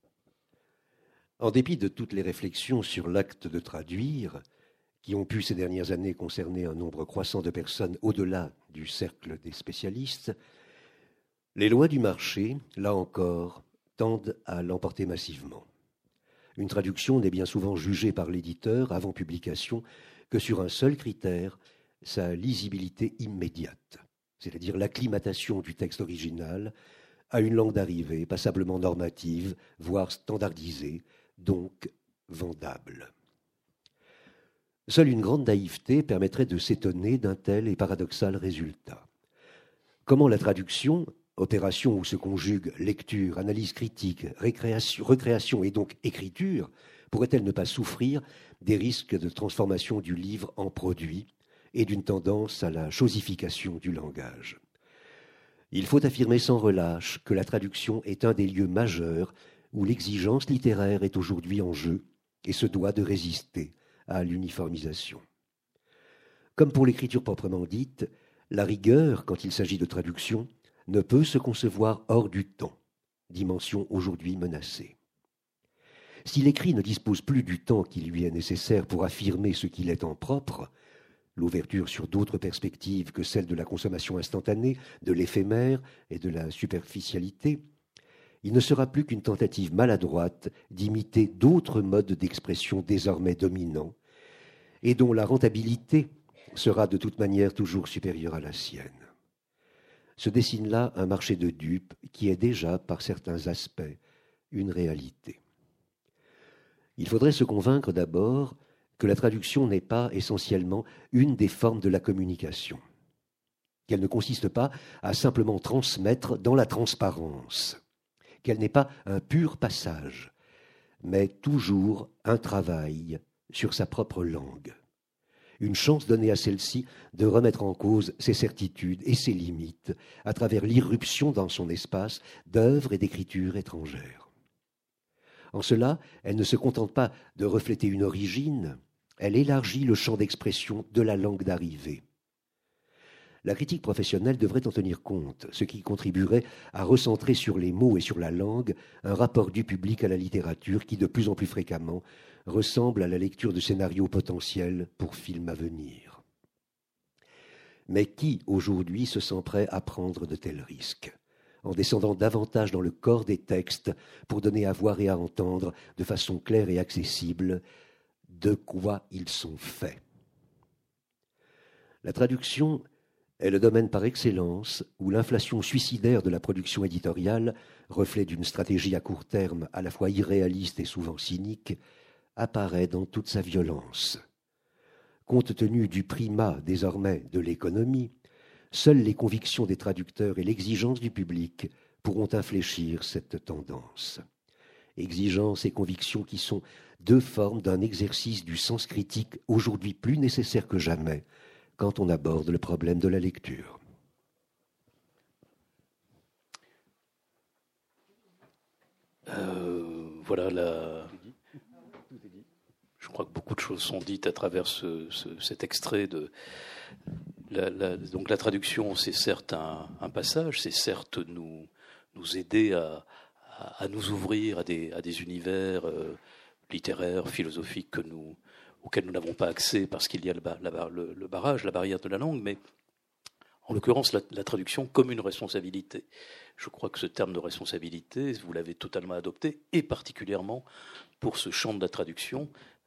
En dépit de toutes les réflexions sur l'acte de traduire, qui ont pu ces dernières années concerner un nombre croissant de personnes au-delà du cercle des spécialistes, les lois du marché, là encore, tendent à l'emporter massivement. Une traduction n'est bien souvent jugée par l'éditeur avant publication que sur un seul critère, sa lisibilité immédiate, c'est-à-dire l'acclimatation du texte original à une langue d'arrivée passablement normative, voire standardisée, donc vendable. Seule une grande naïveté permettrait de s'étonner d'un tel et paradoxal résultat. Comment la traduction, opération où se conjuguent lecture, analyse critique, recréation et donc écriture, pourrait-elle ne pas souffrir des risques de transformation du livre en produit et d'une tendance à la chosification du langage ? Il faut affirmer sans relâche que la traduction est un des lieux majeurs où l'exigence littéraire est aujourd'hui en jeu et se doit de résister à l'uniformisation. Comme pour l'écriture proprement dite, la rigueur, quand il s'agit de traduction, ne peut se concevoir hors du temps, dimension aujourd'hui menacée. Si l'écrit ne dispose plus du temps qui lui est nécessaire pour affirmer ce qu'il est en propre, l'ouverture sur d'autres perspectives que celle de la consommation instantanée, de l'éphémère et de la superficialité, il ne sera plus qu'une tentative maladroite d'imiter d'autres modes d'expression désormais dominants et dont la rentabilité sera de toute manière toujours supérieure à la sienne. Se dessine là un marché de dupes qui est déjà, par certains aspects, une réalité. Il faudrait se convaincre d'abord que la traduction n'est pas essentiellement une des formes de la communication, qu'elle ne consiste pas à simplement transmettre dans la transparence, qu'elle n'est pas un pur passage, mais toujours un travail sur sa propre langue, une chance donnée à celle-ci de remettre en cause ses certitudes et ses limites à travers l'irruption dans son espace d'œuvres et d'écritures étrangères. En cela, elle ne se contente pas de refléter une origine, elle élargit le champ d'expression de la langue d'arrivée. La critique professionnelle devrait en tenir compte, ce qui contribuerait à recentrer sur les mots et sur la langue un rapport du public à la littérature qui, de plus en plus fréquemment, ressemble à la lecture de scénarios potentiels pour films à venir. Mais qui, aujourd'hui, se sent prêt à prendre de tels risques, en descendant davantage dans le corps des textes pour donner à voir et à entendre, de façon claire et accessible, de quoi ils sont faits. La traduction est le domaine par excellence où l'inflation suicidaire de la production éditoriale, reflet d'une stratégie à court terme à la fois irréaliste et souvent cynique, apparaît dans toute sa violence. Compte tenu du primat désormais de l'économie, seules les convictions des traducteurs et l'exigence du public pourront infléchir cette tendance. Exigence et conviction qui sont deux formes d'un exercice du sens critique aujourd'hui plus nécessaire que jamais quand on aborde le problème de la lecture. Voilà, je crois que beaucoup de choses sont dites à travers cet extrait de... Donc la traduction, c'est certes un passage, c'est certes nous aider à nous ouvrir à des univers littéraires, philosophiques auxquels nous n'avons pas accès parce qu'il y a le barrage, la barrière de la langue, mais en l'occurrence la traduction comme une responsabilité. Je crois que ce terme de responsabilité, vous l'avez totalement adopté, et particulièrement pour ce champ de la traduction.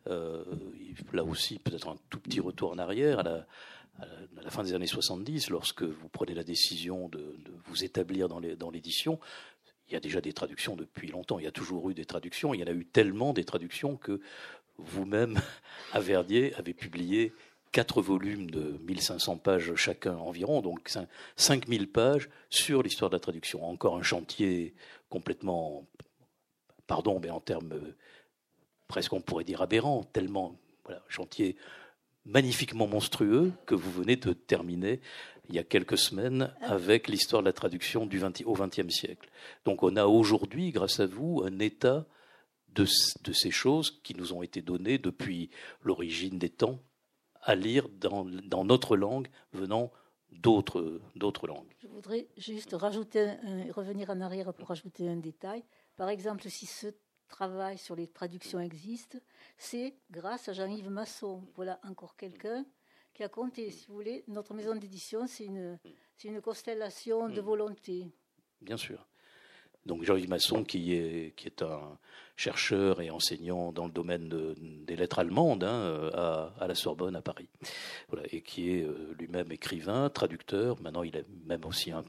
Là aussi, peut-être un tout petit retour en arrière, à la fin des années 70, lorsque vous prenez la décision de vous établir dans l'édition, il y a déjà des traductions depuis longtemps. Il y a toujours eu des traductions. Il y en a eu tellement des traductions que vous-même, à Verdier, avez publié 4 volumes de 1500 pages chacun environ, donc 5000 pages sur l'histoire de la traduction. Encore un chantier complètement, pardon, mais en termes presque on pourrait dire aberrants, tellement, voilà, chantier magnifiquement monstrueux que vous venez de terminer il y a quelques semaines avec l'histoire de la traduction au XXe siècle. Donc on a aujourd'hui, grâce à vous, un état de ces choses qui nous ont été données depuis l'origine des temps à lire dans notre langue venant d'autres langues. Je voudrais juste revenir en arrière pour rajouter un détail. Par exemple, si ce travail sur les traductions existe, c'est grâce à Jean-Yves Masson. Voilà encore quelqu'un qui a compté, si vous voulez. Notre maison d'édition, c'est une constellation de volonté. Bien sûr. Donc Jean-Yves Masson, qui est un chercheur et enseignant dans le domaine des lettres allemandes à la Sorbonne à Paris, voilà, et qui est lui-même écrivain, traducteur. Maintenant, il est même aussi un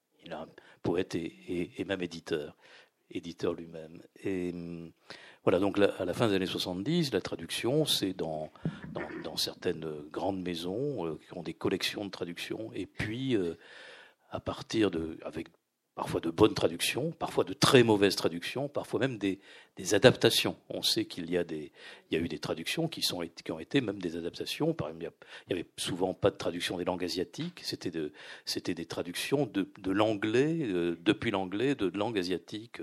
poète et même éditeur lui-même. Et voilà, donc à la fin des années 70, la traduction, c'est dans certaines grandes maisons qui ont des collections de traductions, et puis à partir avec parfois de bonnes traductions, parfois de très mauvaises traductions, parfois même des adaptations. On sait qu'il y a eu des traductions qui ont été même des adaptations. Par exemple, il n'y avait souvent pas de traduction des langues asiatiques. C'était des traductions de l'anglais, depuis l'anglais, de langue asiatique.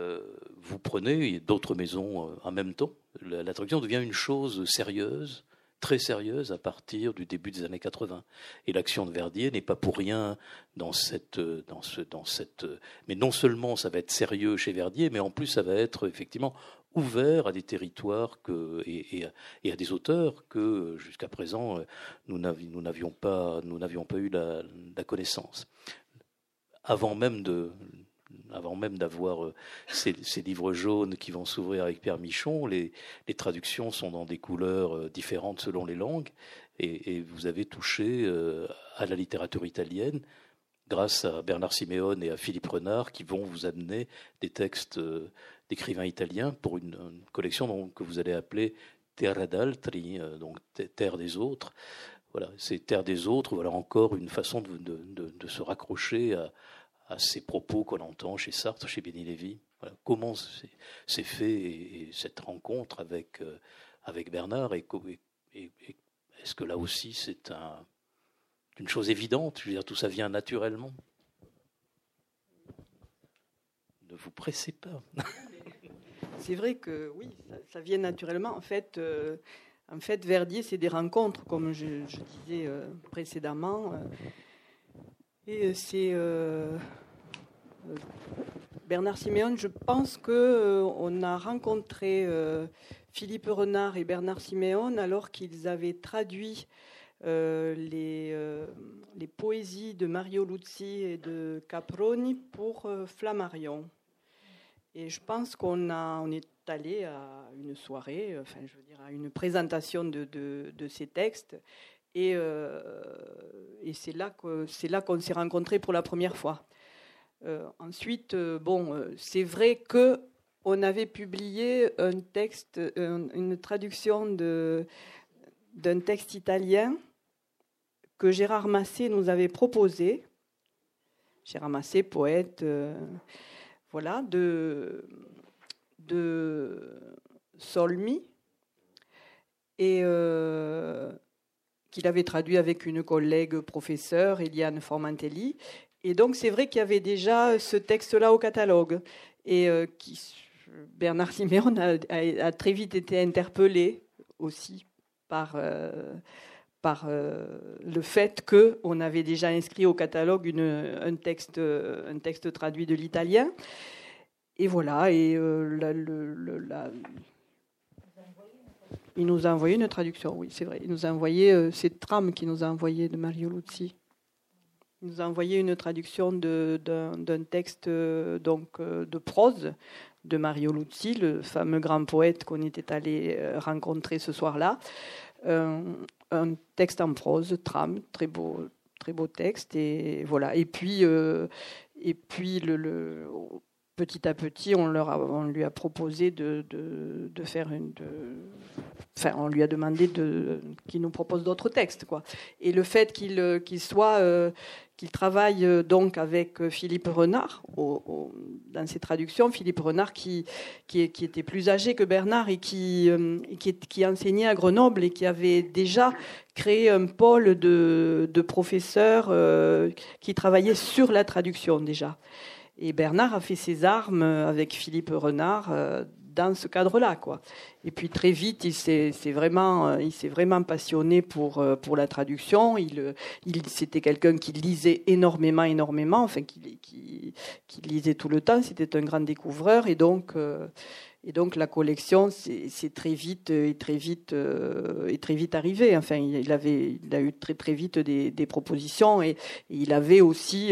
Vous prenez d'autres maisons en même temps. La traduction devient une chose sérieuse, très sérieuse à partir du début des années 80. Et l'action de Verdier n'est pas pour rien dans cette. Mais non seulement ça va être sérieux chez Verdier, mais en plus ça va être effectivement ouvert à des territoires et à des auteurs que jusqu'à présent nous n'avions pas eu la connaissance. Avant même d'avoir ces livres jaunes qui vont s'ouvrir avec Pierre Michon, les traductions sont dans des couleurs différentes selon les langues, et vous avez touché à la littérature italienne grâce à Bernard Siméone et à Philippe Renard, qui vont vous amener des textes d'écrivains italiens pour une collection que vous allez appeler Terra d'Altri, donc Terre des autres. Voilà, c'est Terre des autres, voilà encore une façon de se raccrocher à ces propos qu'on entend chez Sartre, chez Béni Lévy. Voilà, comment c'est fait et cette rencontre avec Bernard, et est-ce que là aussi c'est une chose évidente? Je veux dire, tout ça vient naturellement. Ne vous pressez pas. C'est vrai que oui, ça vient naturellement. En fait, Verdier, c'est des rencontres, comme je disais précédemment. Et c'est Bernard Siméone. Je pense qu'on a rencontré Philippe Renard et Bernard Siméone alors qu'ils avaient traduit les poésies de Mario Luzzi et de Caproni pour Flammarion. Et je pense qu'on est allé à une soirée, à une présentation de ces textes, et c'est là qu'on s'est rencontrés pour la première fois. Ensuite, c'est vrai que on avait publié un texte, une traduction d'un texte italien que Gérard Massé nous avait proposé. Gérard Massé, poète, de Solmi, et qu'il avait traduit avec une collègue professeure, Eliane Formantelli. Et donc c'est vrai qu'il y avait déjà ce texte-là au catalogue, et Bernard Siméone a très vite été interpellé aussi par le fait qu'on avait déjà inscrit au catalogue un texte traduit de l'italien. Et voilà, et il nous a envoyé une traduction, oui, c'est vrai. Il nous a envoyé cette trame qu'il nous a envoyé de Mario Luzzi. Il nous a envoyé une traduction d'un texte de prose de Mario Luzzi, le fameux grand poète qu'on était allé rencontrer ce soir-là. Un texte en prose, trame, très beau texte, et voilà. Et puis petit à petit, on lui a proposé de faire on lui a demandé qu'il nous propose d'autres textes, quoi. Et le fait qu'il travaille donc avec Philippe Renard dans ses traductions, Philippe Renard qui était plus âgé que Bernard et qui enseignait à Grenoble et qui avait déjà créé un pôle de professeurs qui travaillaient sur la traduction déjà. Et Bernard a fait ses armes avec Philippe Renard dans ce cadre-là, quoi. Et puis très vite, il s'est vraiment passionné pour la traduction. C'était quelqu'un qui lisait énormément, enfin qui lisait tout le temps. C'était un grand découvreur, et donc la collection c'est très vite arrivée. Enfin, il a eu très très vite des propositions, et il avait aussi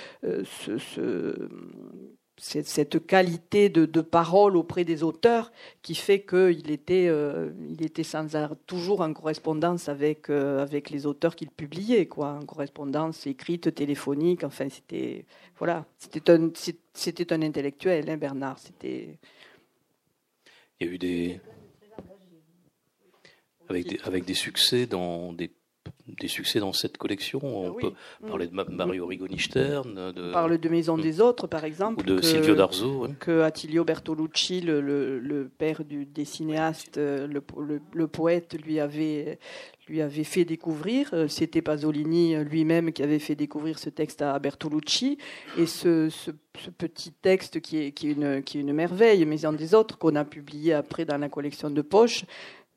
cette qualité de parole auprès des auteurs qui fait qu'il était sans arrêt toujours en correspondance avec les auteurs qu'il publiait, quoi, en correspondance écrite, téléphonique. Enfin, c'était un intellectuel, hein, Bernard. Il y a eu avec des succès dans cette collection. On peut parler de Mario Rigoni-Stern. On parle de Maison des Autres, par exemple. Ou de Silvio D'Arzo. Ouais. Que Attilio Bertolucci, le père des cinéastes, le poète, lui avait fait découvrir. C'était Pasolini lui-même qui avait fait découvrir ce texte à Bertolucci. Et ce petit texte qui est une merveille, Maison des Autres, qu'on a publié après dans la collection de poche,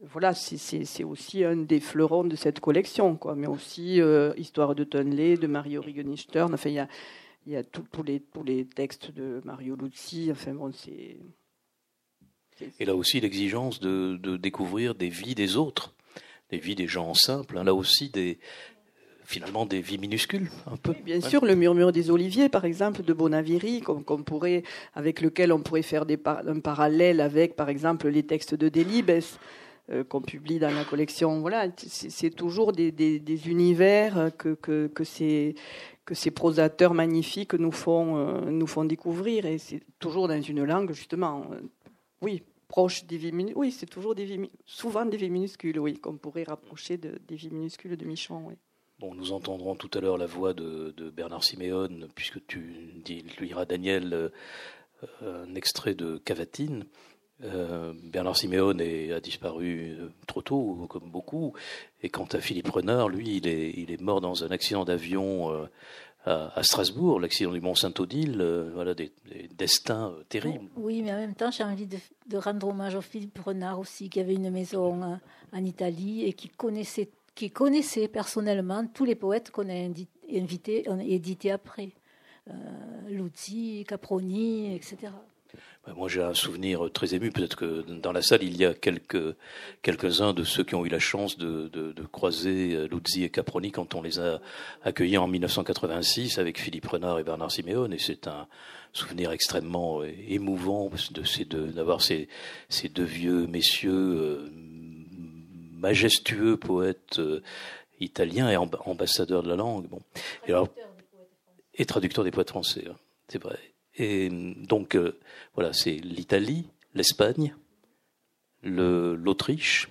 voilà, c'est aussi un des fleurons de cette collection, quoi. Mais aussi Histoire de Tunley, de Mario Regenstein. Enfin, il y a tous les textes de Mario Luzzi. Enfin, bon, Et là aussi, l'exigence de découvrir des vies des autres, des vies des gens simples. Hein, là aussi, finalement, des vies minuscules, un peu. Bien sûr, Le Murmure des Oliviers, par exemple, de Bonaviri, avec lequel on pourrait faire un parallèle avec, par exemple, les textes de Delibes, qu'on publie dans la collection. Voilà, c'est toujours des univers que ces prosateurs magnifiques nous font découvrir, et c'est toujours dans une langue, justement, oui, proche des vies minuscules. Oui, c'est toujours souvent des vies minuscules, oui, qu'on pourrait rapprocher des vies minuscules de Michon, oui. Bon, nous entendrons tout à l'heure la voix de Bernard Siméon, puisque tu liras, Daniel, un extrait de Cavatine. Bernard Siméon a disparu trop tôt, comme beaucoup. Et quant à Philippe Renard, lui, il est mort dans un accident d'avion à Strasbourg, l'accident du Mont-Saint-Odile. Voilà, des destins terribles. Oui, mais en même temps, j'ai envie de rendre hommage au Philippe Renard aussi, qui avait une maison en Italie et qui connaissait personnellement tous les poètes qu'on a édités après. Luzzi, Caproni, etc. Moi, j'ai un souvenir très ému. Peut-être que dans la salle, il y a quelques-uns de ceux qui ont eu la chance de croiser Luzzi et Caproni quand on les a accueillis en 1986 avec Philippe Renard et Bernard Siméon. Et c'est un souvenir extrêmement émouvant d'avoir ces deux vieux messieurs majestueux poètes italiens et ambassadeurs de la langue. Bon. Et traducteurs des poètes français, hein, c'est vrai. Et donc, voilà, c'est l'Italie, l'Espagne, l'Autriche,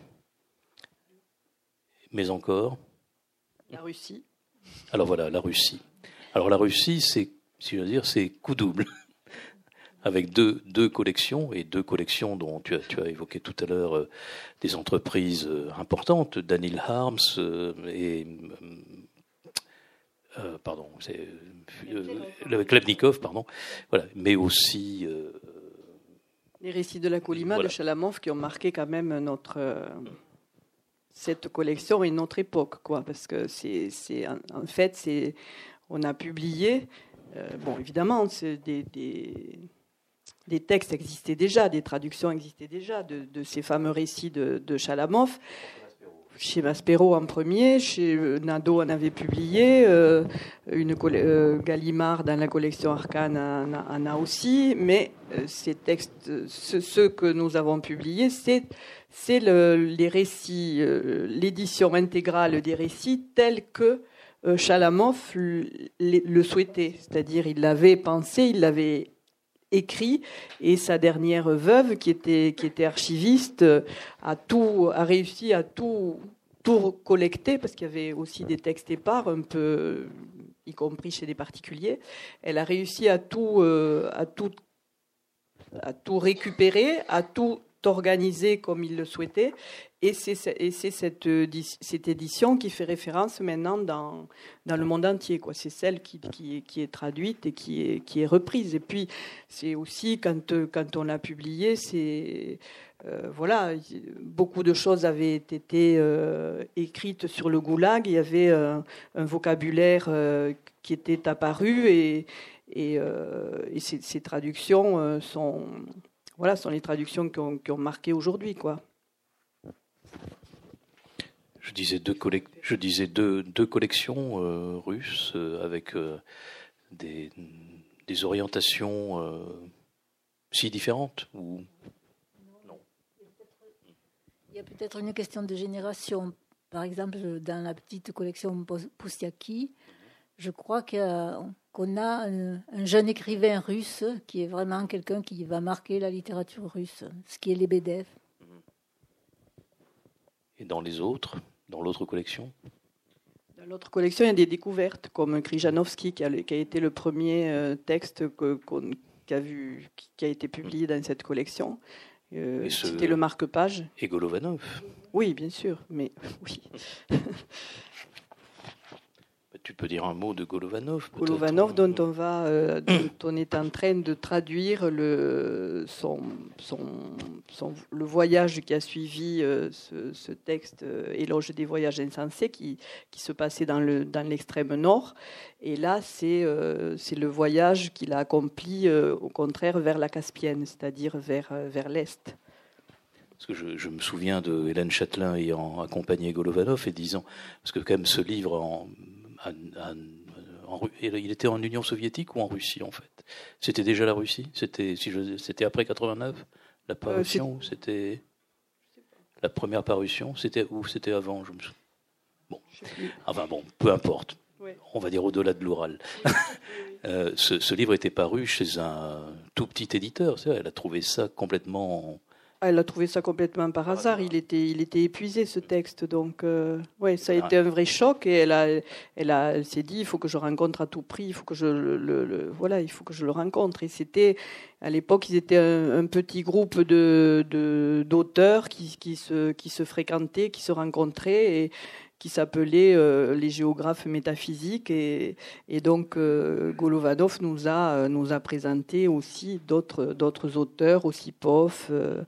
mais encore... La Russie. Alors voilà, la Russie. Alors la Russie, c'est coup double. Avec deux collections, et deux collections dont tu as évoqué tout à l'heure des entreprises importantes, Daniel Harms et... pardon, c'est le Klebnikov, pardon. Voilà, mais aussi les récits de la Colima, voilà, de Chalamov, qui ont marqué quand même cette collection et notre époque, quoi, parce que en fait on a publié, bon, évidemment, des textes existaient déjà, des traductions existaient déjà de ces fameux récits de Chalamov. Chez Maspero en premier, chez Nadeau en avait publié, Gallimard dans la collection Arcane en a aussi, mais ces textes, ceux que nous avons publiés, c'est les récits, l'édition intégrale des récits tels que Chalamov le souhaitait, c'est-à-dire il l'avait pensé, il l'avait écrit, et sa dernière veuve, qui était archiviste, a réussi à tout collecter, parce qu'il y avait aussi des textes épars, un peu, y compris chez des particuliers. Elle a réussi à tout récupérer, à tout organisé comme il le souhaitait, et c'est cette édition qui fait référence maintenant dans le monde entier, quoi. C'est celle qui est traduite et qui est reprise. Et puis c'est aussi quand on l'a publié, voilà, beaucoup de choses avaient été écrites sur le goulag. Il y avait un vocabulaire qui était apparu, et ces traductions sont les traductions qui ont marqué aujourd'hui, quoi. Je disais deux collections russes avec des orientations si différentes ou non. Il y a peut-être une question de génération. Par exemple, dans la petite collection Poustiaki, je crois qu'on a un jeune écrivain russe qui est vraiment quelqu'un qui va marquer la littérature russe, ce qui est Lebedev. Et dans l'autre collection? Dans l'autre collection, il y a des découvertes, comme Krijanovski, qui a été le premier texte qui a été publié dans cette collection. C'était le marque-page. Et Golovanov. Oui, bien sûr, mais oui. tu peux dire un mot de Golovanov. Golovanov, dont on est en train de traduire le voyage qui a suivi ce texte Éloge des voyages insensés qui se passait dans l'extrême nord. Et là, c'est le voyage qu'il a accompli au contraire vers la Caspienne, c'est-à-dire vers l'est. Parce que je me souviens de Hélène Châtelain ayant accompagné Golovanov et disant, parce que quand même ce livre il était en Union soviétique ou en Russie en fait? C'était déjà la Russie? C'était après 89 la parution? C'était la première parution? C'était avant? Bon, peu importe. Ouais. On va dire au-delà de l'Oural. Ce livre était paru chez un tout petit éditeur. C'est vrai, elle a trouvé ça complètement. Elle a trouvé ça complètement par hasard. Il était épuisé, ce texte. Donc, ça a été un vrai choc. Et elle s'est dit, il faut que je rencontre à tout prix. Il faut que je le rencontre. Et c'était, à l'époque, ils étaient un petit groupe d'auteurs qui se fréquentaient, qui se rencontraient et qui s'appelait les géographes métaphysiques. Et donc, Golovanov nous a présenté aussi d'autres auteurs, Ossipov,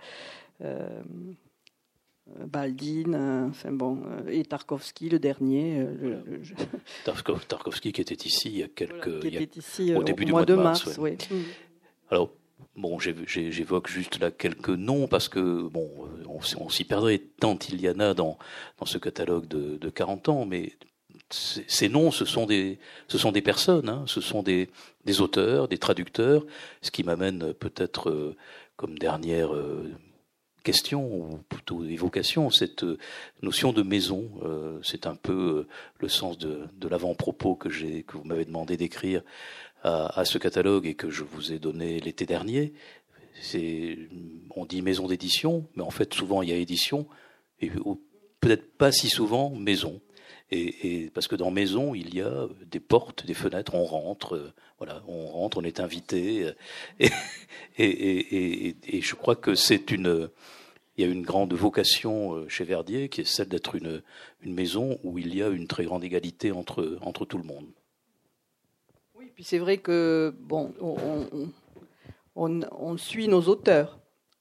Baldin, et Tarkovsky, le dernier. Tarkovsky qui était ici il y a au début du mois de mars. Ouais. Alors, bon, j'évoque juste là quelques noms parce que on s'y perdrait tant il y en a dans ce catalogue de 40 ans, mais ces noms, ce sont des personnes, hein, ce sont des auteurs, des traducteurs, ce qui m'amène peut-être comme dernière question ou plutôt évocation cette notion de maison. C'est un peu le sens de l'avant-propos que vous m'avez demandé d'écrire à ce catalogue et que je vous ai donné l'été dernier. On dit maison d'édition, mais en fait souvent il y a édition et peut-être pas si souvent maison. Et parce que dans maison il y a des portes, des fenêtres, on rentre, on est invité et je crois que il y a une grande vocation chez Verdier qui est celle d'être une maison où il y a une très grande égalité entre tout le monde. Oui, puis c'est vrai que on suit nos auteurs,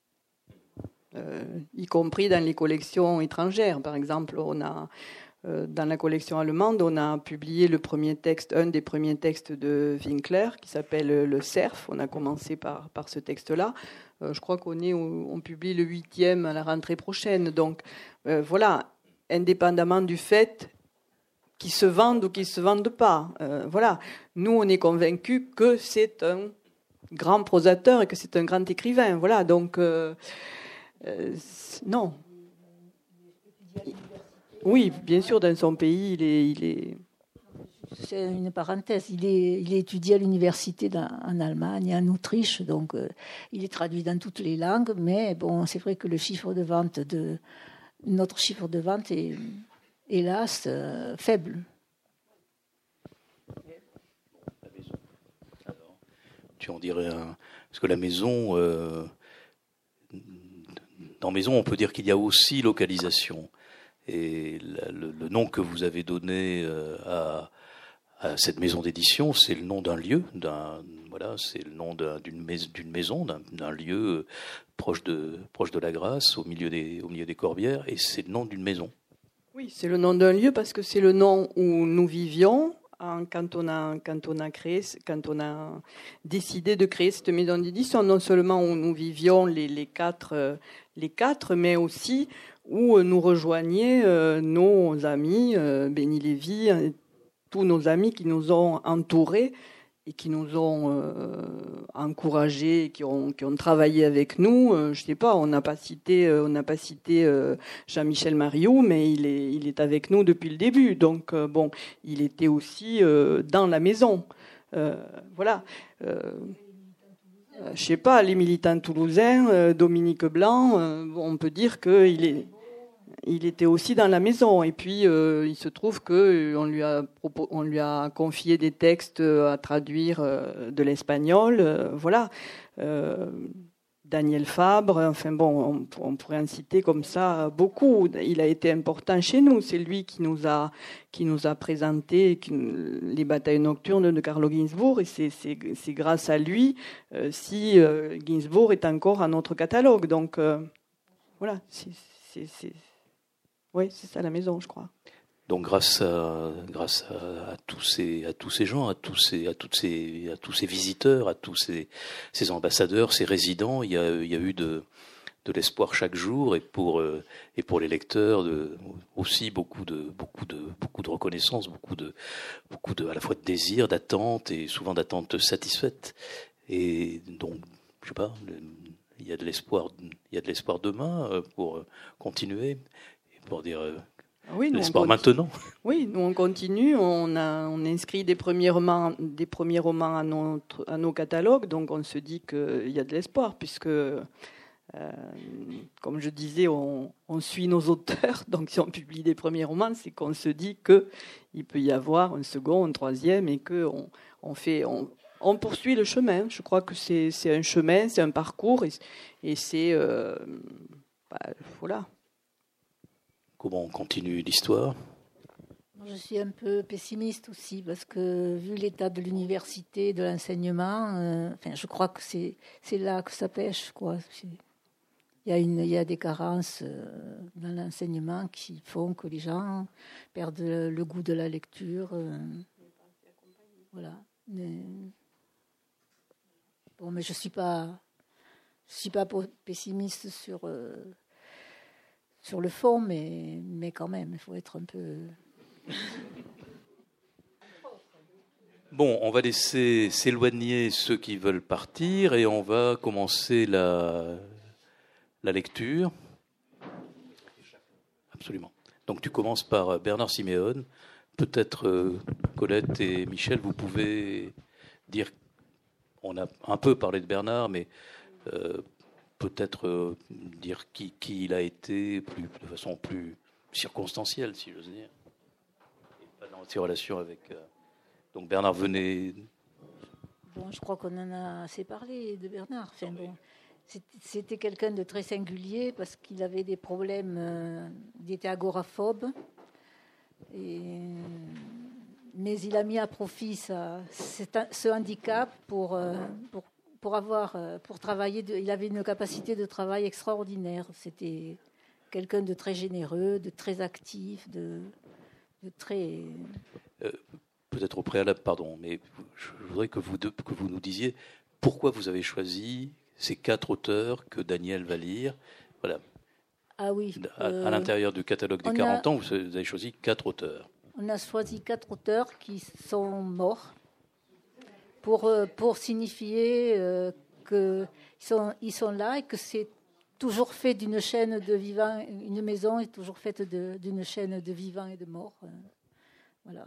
y compris dans les collections étrangères. Par exemple, dans la collection allemande, on a publié un des premiers textes de Winkler qui s'appelle Le Cerf. On a commencé par ce texte-là. Je crois on publie le 8e à la rentrée prochaine. Donc indépendamment du fait qu'ils se vendent ou qu'ils ne se vendent pas. Nous, on est convaincus que c'est un grand prosateur et que c'est un grand écrivain. Voilà, donc non. Oui, bien sûr, dans son pays, il est... C'est une parenthèse. Il est étudié à l'université en Allemagne et en Autriche, donc il est traduit dans toutes les langues. Mais bon, c'est vrai que notre chiffre de vente est, hélas, faible. Tu en dirais parce que la maison, dans maison, on peut dire qu'il y a aussi localisation. Et le nom que vous avez donné à cette maison d'édition, c'est le nom d'un lieu, c'est le nom d'une maison, d'un lieu proche de la Grasse, au milieu des Corbières, et c'est le nom d'une maison. Oui, c'est le nom d'un lieu parce que c'est le nom où nous vivions quand on a décidé de créer cette maison d'édition. Non seulement où nous vivions les quatre, mais aussi où nous rejoignaient nos amis, Béni Lévy, tous nos amis qui nous ont entourés et qui nous ont encouragés, qui ont travaillé avec nous. Je sais pas, on n'a pas cité Jean-Michel Mariou, mais il est avec nous depuis le début. Donc il était aussi dans la maison. Je sais pas, les militants toulousains, Dominique Blanc, on peut dire qu'il était aussi dans la maison. Et puis, il se trouve qu'on lui a confié des textes à traduire de l'espagnol. Daniel Fabre, enfin bon, on pourrait en citer comme ça beaucoup. Il a été important chez nous. C'est lui qui nous a présenté les batailles nocturnes de Carlo Ginzburg, et c'est grâce à lui si Ginzburg est encore à notre catalogue. Donc voilà, oui, c'est ça la maison, je crois. Donc grâce à tous ces gens, à tous ces visiteurs, à tous ces ambassadeurs, ces résidents, il y a eu de l'espoir chaque jour, et pour les lecteurs aussi beaucoup de reconnaissance, beaucoup de à la fois de désir, d'attente, et souvent d'attente satisfaite. Et donc je sais pas, il y a de l'espoir demain pour continuer, et pour dire oui, l'espoir maintenant. Oui, nous on continue, on inscrit des premiers romans à nos catalogues, donc on se dit qu'il y a de l'espoir, puisque comme je disais, on suit nos auteurs, donc si on publie des premiers romans, c'est qu'on se dit qu'il peut y avoir un second, un troisième, et qu'on on poursuit le chemin. Je crois que c'est un chemin, c'est un parcours, et c'est voilà. Comment on continue l'histoire ? Je suis un peu pessimiste aussi, parce que vu l'état de l'université, de l'enseignement, je crois que c'est là que ça pêche, quoi. Il y a des carences dans l'enseignement qui font que les gens perdent le goût de la lecture. Voilà. Mais je suis pas pessimiste sur le fond, mais quand même, il faut être un peu. Bon, on va laisser s'éloigner ceux qui veulent partir, et on va commencer la lecture. Absolument. Donc tu commences par Bernard Siméon. Peut-être Colette et Michel, vous pouvez dire, on a un peu parlé de Bernard, mais peut-être dire qui il a été de façon plus circonstancielle, si j'ose dire, et pas dans ses relations avec. Donc Bernard, venez. Bon, je crois qu'on en a assez parlé de Bernard. Enfin, bon, c'était quelqu'un de très singulier, parce qu'il avait des problèmes. Il était agoraphobe, mais il a mis à profit ce handicap pour travailler. Il avait une capacité de travail extraordinaire. C'était quelqu'un de très généreux, de très actif, de très. Peut-être au préalable, pardon, mais je voudrais que vous nous disiez pourquoi vous avez choisi ces 4 auteurs que Daniel va lire. Voilà. Ah oui. À l'intérieur du catalogue des 40 ans, vous avez choisi 4 auteurs. On a choisi 4 auteurs qui sont morts pour signifier qu'ils sont là, et que c'est toujours fait d'une chaîne de vivants. Une maison est toujours faite d'une chaîne de vivants et de morts. Voilà.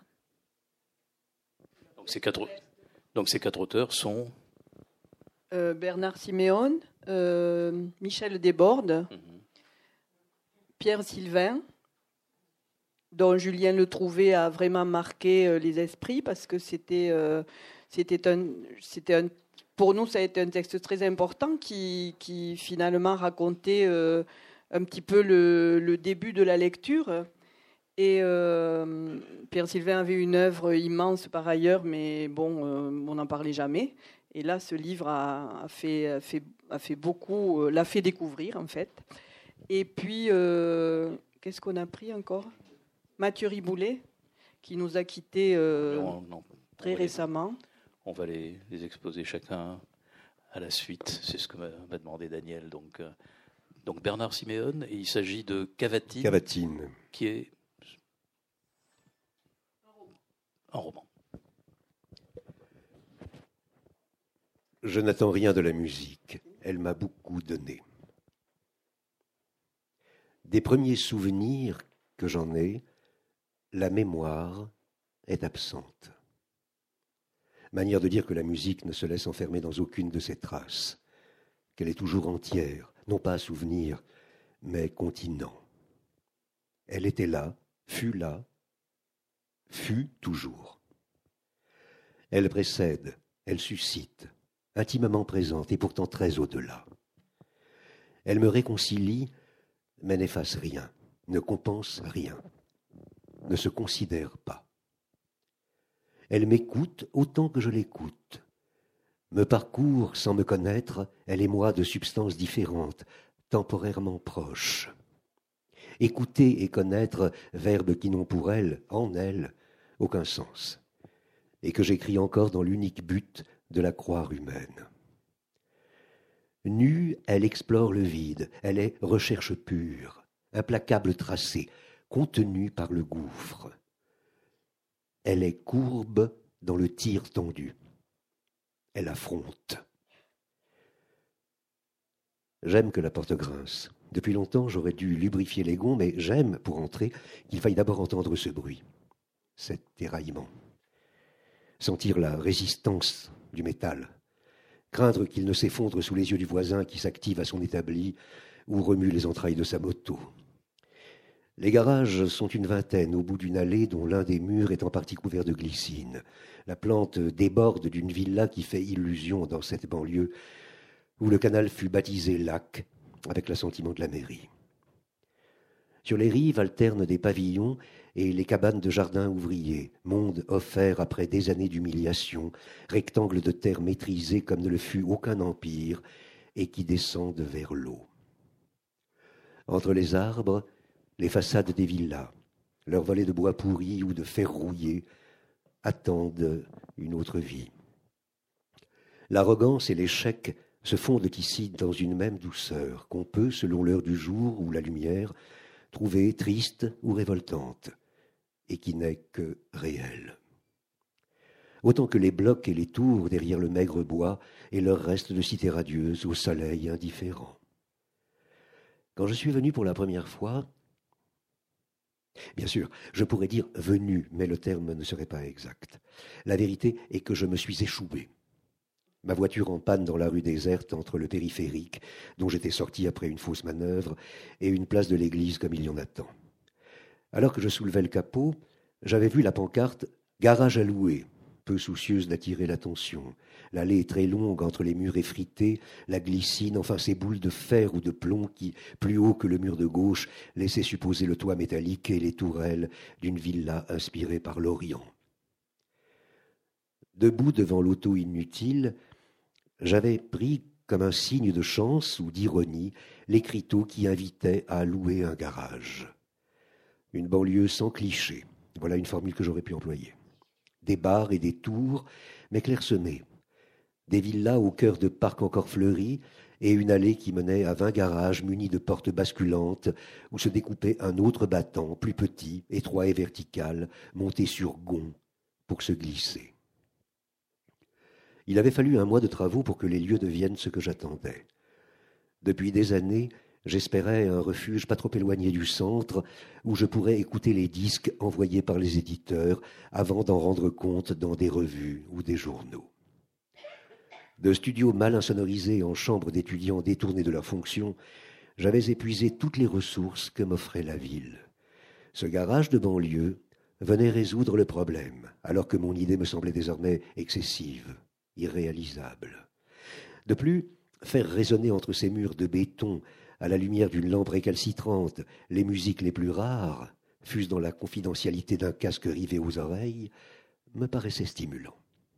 Donc ces quatre auteurs sont Bernard Siméon, Michel Desbordes, Pierre Sylvain, dont Julien Le Trouvé a vraiment marqué les esprits, parce que pour nous, ça a été un texte très important qui finalement racontait un petit peu le début de la lecture. Et Pierre Sylvain avait une œuvre immense par ailleurs, mais bon, on n'en parlait jamais. Et là, ce livre a fait beaucoup, l'a fait découvrir en fait. Et puis, qu'est-ce qu'on a pris encore ? Mathieu Riboulet, qui nous a quittés très récemment. On va les exposer chacun à la suite. C'est ce que m'a demandé Daniel. Donc Bernard Siméon, et il s'agit de Cavatine. Cavatine. Qui est un roman. Je n'attends rien de la musique. Elle m'a beaucoup donné. Des premiers souvenirs que j'en ai, la mémoire est absente. Manière de dire que la musique ne se laisse enfermer dans aucune de ses traces, qu'elle est toujours entière, non pas souvenir, mais continent. Elle était là, fut toujours. Elle précède, elle suscite, intimement présente et pourtant très au-delà. Elle me réconcilie, mais n'efface rien, ne compense rien, ne se considère pas. Elle m'écoute autant que je l'écoute, me parcourt sans me connaître, elle et moi de substances différentes, temporairement proches. Écouter et connaître, verbes qui n'ont pour elle, en elle, aucun sens, et que j'écris encore dans l'unique but de la croire humaine. Nue, elle explore le vide, elle est recherche pure, implacable tracé, contenue par le gouffre. Elle est courbe dans le tir tendu. Elle affronte. J'aime que la porte grince. Depuis longtemps, j'aurais dû lubrifier les gonds, mais j'aime, pour entrer, qu'il faille d'abord entendre ce bruit, cet éraillement. Sentir la résistance du métal. Craindre qu'il ne s'effondre sous les yeux du voisin qui s'active à son établi ou remue les entrailles de sa moto. Les garages sont une vingtaine au bout d'une allée dont l'un des murs est en partie couvert de glycine. La plante déborde d'une villa qui fait illusion dans cette banlieue où le canal fut baptisé lac avec l'assentiment de la mairie. Sur les rives alternent des pavillons et les cabanes de jardins ouvriers, monde offert après des années d'humiliation, rectangle de terre maîtrisé comme ne le fut aucun empire et qui descendent vers l'eau. Entre les arbres, les façades des villas, leurs volets de bois pourri ou de fer rouillé, attendent une autre vie. L'arrogance et l'échec se fondent ici dans une même douceur qu'on peut, selon l'heure du jour ou la lumière, trouver triste ou révoltante, et qui n'est que réelle. Autant que les blocs et les tours derrière le maigre bois et leur reste de cité radieuse au soleil indifférent. Quand je suis venu pour la première fois, bien sûr, je pourrais dire « venu », mais le terme ne serait pas exact. La vérité est que je me suis échoué. Ma voiture en panne dans la rue déserte entre le périphérique, dont j'étais sorti après une fausse manœuvre, et une place de l'église comme il y en a tant. Alors que je soulevais le capot, j'avais vu la pancarte « Garage à louer », peu soucieuse d'attirer l'attention. L'allée est très longue entre les murs effrités, la glycine, enfin ces boules de fer ou de plomb qui, plus haut que le mur de gauche, laissaient supposer le toit métallique et les tourelles d'une villa inspirée par l'Orient. Debout devant l'auto inutile, j'avais pris comme un signe de chance ou d'ironie l'écriteau qui invitait à louer un garage. Une banlieue sans clichés, voilà une formule que j'aurais pu employer. Des bars et des tours, mais clairsemés. Des villas au cœur de parcs encore fleuris et une allée qui menait à 20 garages munis de portes basculantes où se découpait un autre battant, plus petit, étroit et vertical, monté sur gonds pour se glisser. Il avait fallu 1 mois de travaux pour que les lieux deviennent ce que j'attendais. Depuis des années, j'espérais un refuge pas trop éloigné du centre où je pourrais écouter les disques envoyés par les éditeurs avant d'en rendre compte dans des revues ou des journaux. De studios mal insonorisés en chambres d'étudiants détournés de leurs fonctions, j'avais épuisé toutes les ressources que m'offrait la ville. Ce garage de banlieue venait résoudre le problème, alors que mon idée me semblait désormais excessive, irréalisable. De plus, faire résonner entre ces murs de béton, à la lumière d'une lampe récalcitrante, les musiques les plus rares, fût-ce dans la confidentialité d'un casque rivé aux oreilles, me paraissait stimulant.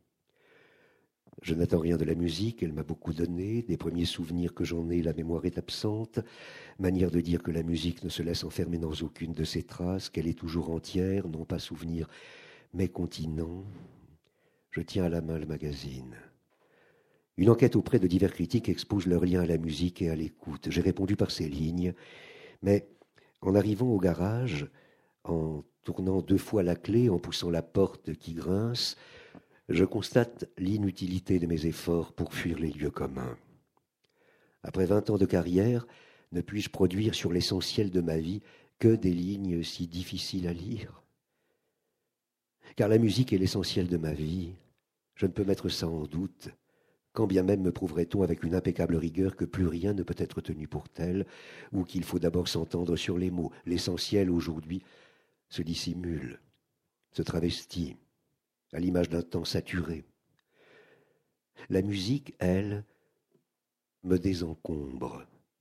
Je n'attends rien de la musique, elle m'a beaucoup donné, des premiers souvenirs que j'en ai, la mémoire est absente, manière de dire que la musique ne se laisse enfermer dans aucune de ses traces, qu'elle est toujours entière, non pas souvenir, mais continent. Je tiens à la main le magazine. Une enquête auprès de divers critiques expose leur lien à la musique et à l'écoute. J'ai répondu par ces lignes, mais en arrivant au garage, en tournant 2 fois la clé, en poussant la porte qui grince, je constate l'inutilité de mes efforts pour fuir les lieux communs. Après 20 ans de carrière, ne puis-je produire sur l'essentiel de ma vie que des lignes si difficiles à lire ? Car la musique est l'essentiel de ma vie. Je ne peux mettre ça en doute, quand bien même me prouverait-on avec une impeccable rigueur que plus rien ne peut être tenu pour tel, ou qu'il faut d'abord s'entendre sur les mots. L'essentiel, aujourd'hui, se dissimule, se travestit, à l'image d'un temps saturé. La musique, elle, me désencombre,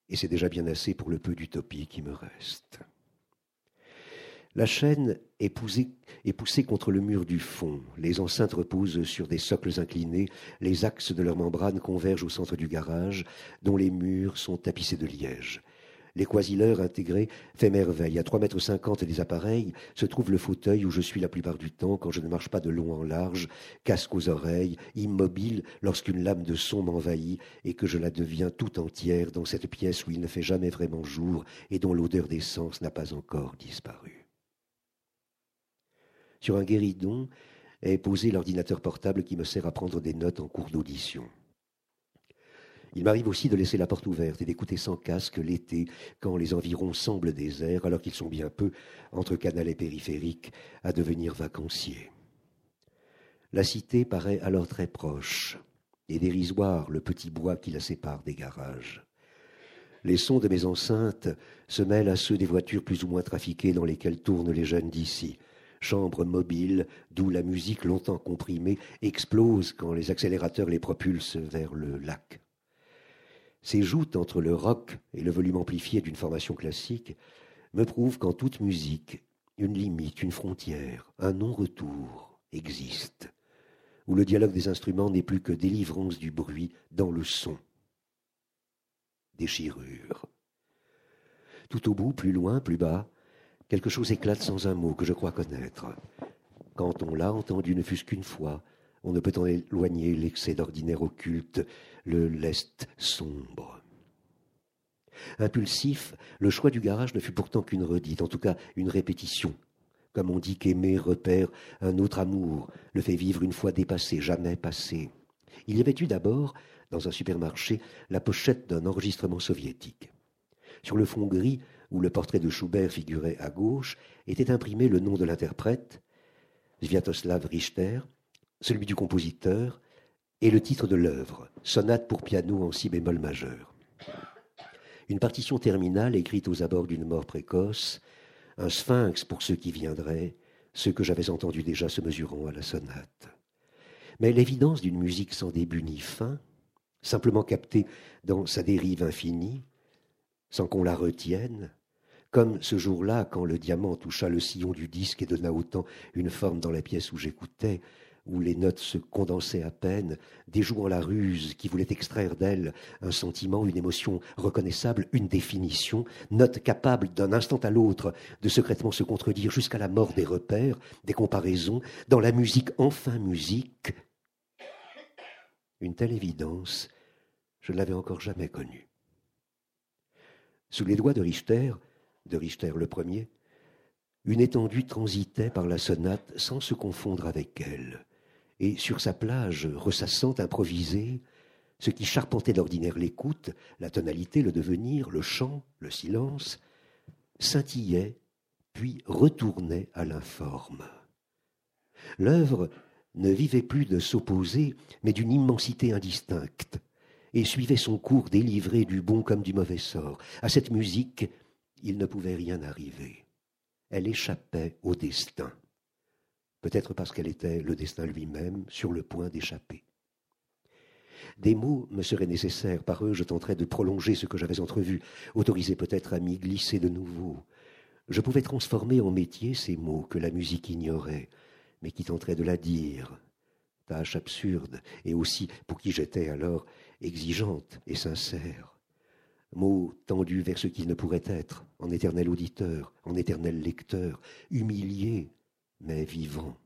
et c'est déjà bien assez pour le peu d'utopie qui me reste. La chaîne est poussée contre le mur du fond. Les enceintes reposent sur des socles inclinés. Les axes de leur membrane convergent au centre du garage, dont les murs sont tapissés de liège. L'équasileur intégré fait merveille. À 3,50 m des appareils se trouve le fauteuil où je suis la plupart du temps quand je ne marche pas de long en large, casque aux oreilles, immobile lorsqu'une lame de son m'envahit et que je la deviens tout entière dans cette pièce où il ne fait jamais vraiment jour et dont l'odeur d'essence n'a pas encore disparu. Sur un guéridon est posé l'ordinateur portable qui me sert à prendre des notes en cours d'audition. Il m'arrive aussi de laisser la porte ouverte et d'écouter sans casque l'été, quand les environs semblent déserts, alors qu'ils sont bien peu, entre Canal et périphérique, à devenir vacanciers. La cité paraît alors très proche, et dérisoire le petit bois qui la sépare des garages. Les sons de mes enceintes se mêlent à ceux des voitures plus ou moins trafiquées dans lesquelles tournent les jeunes d'ici. Chambre mobile, d'où la musique longtemps comprimée explose quand les accélérateurs les propulsent vers le lac. Ces joutes entre le rock et le volume amplifié d'une formation classique me prouvent qu'en toute musique, une limite, une frontière, un non-retour existe, où le dialogue des instruments n'est plus que délivrance du bruit dans le son. Déchirure. Tout au bout, plus loin, plus bas, quelque chose éclate sans un mot que je crois connaître. Quand on l'a entendu ne fût-ce qu'une fois, on ne peut en éloigner l'excès d'ordinaire occulte, le lest sombre. Impulsif, le choix du garage ne fut pourtant qu'une redite, en tout cas une répétition. Comme on dit qu'aimer repère un autre amour, le fait vivre une fois dépassé, jamais passé. Il y avait eu d'abord, dans un supermarché, la pochette d'un enregistrement soviétique. Sur le fond gris, où le portrait de Schubert figurait à gauche, était imprimé le nom de l'interprète, Sviatoslav Richter, celui du compositeur, et le titre de l'œuvre, Sonate pour piano en si bémol majeur. Une partition terminale écrite aux abords d'une mort précoce, un sphinx pour ceux qui viendraient, ceux que j'avais entendus déjà se mesurant à la sonate. Mais l'évidence d'une musique sans début ni fin, simplement captée dans sa dérive infinie, sans qu'on la retienne, comme ce jour-là, quand le diamant toucha le sillon du disque et donna autant une forme dans la pièce où j'écoutais, où les notes se condensaient à peine, déjouant la ruse qui voulait extraire d'elle un sentiment, une émotion reconnaissable, une définition, notes capables d'un instant à l'autre de secrètement se contredire jusqu'à la mort des repères, des comparaisons, dans la musique, enfin musique. Une telle évidence, je ne l'avais encore jamais connue. Sous les doigts de Richter le premier, une étendue transitait par la sonate sans se confondre avec elle, et sur sa plage ressassante, improvisée, ce qui charpentait d'ordinaire l'écoute, la tonalité, le devenir, le chant, le silence, scintillait, puis retournait à l'informe. L'œuvre ne vivait plus de s'opposer, mais d'une immensité indistincte, et suivait son cours délivré du bon comme du mauvais sort. À cette musique, il ne pouvait rien arriver. Elle échappait au destin. Peut-être parce qu'elle était le destin lui-même, sur le point d'échapper. Des mots me seraient nécessaires. Par eux, je tenterais de prolonger ce que j'avais entrevu, autorisé peut-être à m'y glisser de nouveau. Je pouvais transformer en métier ces mots que la musique ignorait, mais qui tenteraient de la dire. Tâche absurde, et aussi, pour qui j'étais alors, exigeante et sincère. Mots tendus vers ce qu'il ne pourrait être, en éternel auditeur, en éternel lecteur, humilié, mais vivant.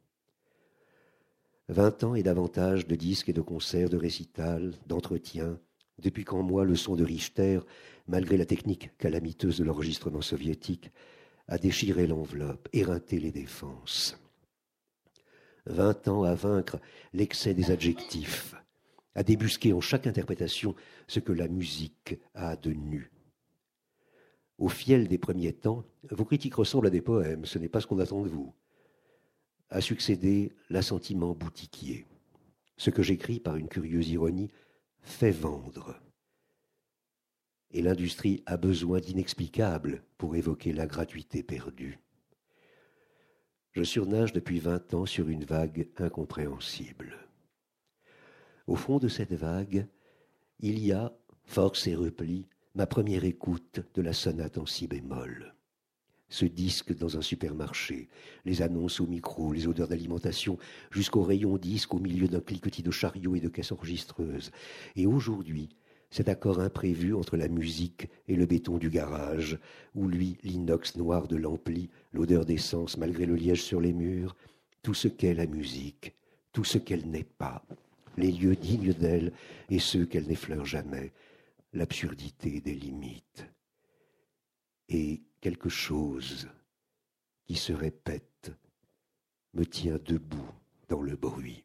20 ans et davantage de disques et de concerts, de récitals, d'entretiens, depuis qu'en moi le son de Richter, malgré la technique calamiteuse de l'enregistrement soviétique, a déchiré l'enveloppe, éreinté les défenses. 20 ans à vaincre l'excès des adjectifs, à débusquer en chaque interprétation ce que la musique a de nu. Au fiel des premiers temps, vos critiques ressemblent à des poèmes, ce n'est pas ce qu'on attend de vous. A succédé l'assentiment boutiquier. Ce que j'écris, par une curieuse ironie, fait vendre. Et l'industrie a besoin d'inexplicables pour évoquer la gratuité perdue. Je surnage depuis 20 ans sur une vague incompréhensible. Au fond de cette vague, il y a, force et repli, ma première écoute de la sonate en si bémol. Ce disque dans un supermarché, les annonces au micro, les odeurs d'alimentation, jusqu'au rayon disque au milieu d'un cliquetis de chariots et de caisses enregistreuses. Et aujourd'hui, cet accord imprévu entre la musique et le béton du garage, où lui, l'inox noir de l'ampli, l'odeur d'essence malgré le liège sur les murs, tout ce qu'est la musique, tout ce qu'elle n'est pas, les lieux dignes d'elle et ceux qu'elle n'effleure jamais, l'absurdité des limites. Et quelque chose qui se répète me tient debout dans le bruit.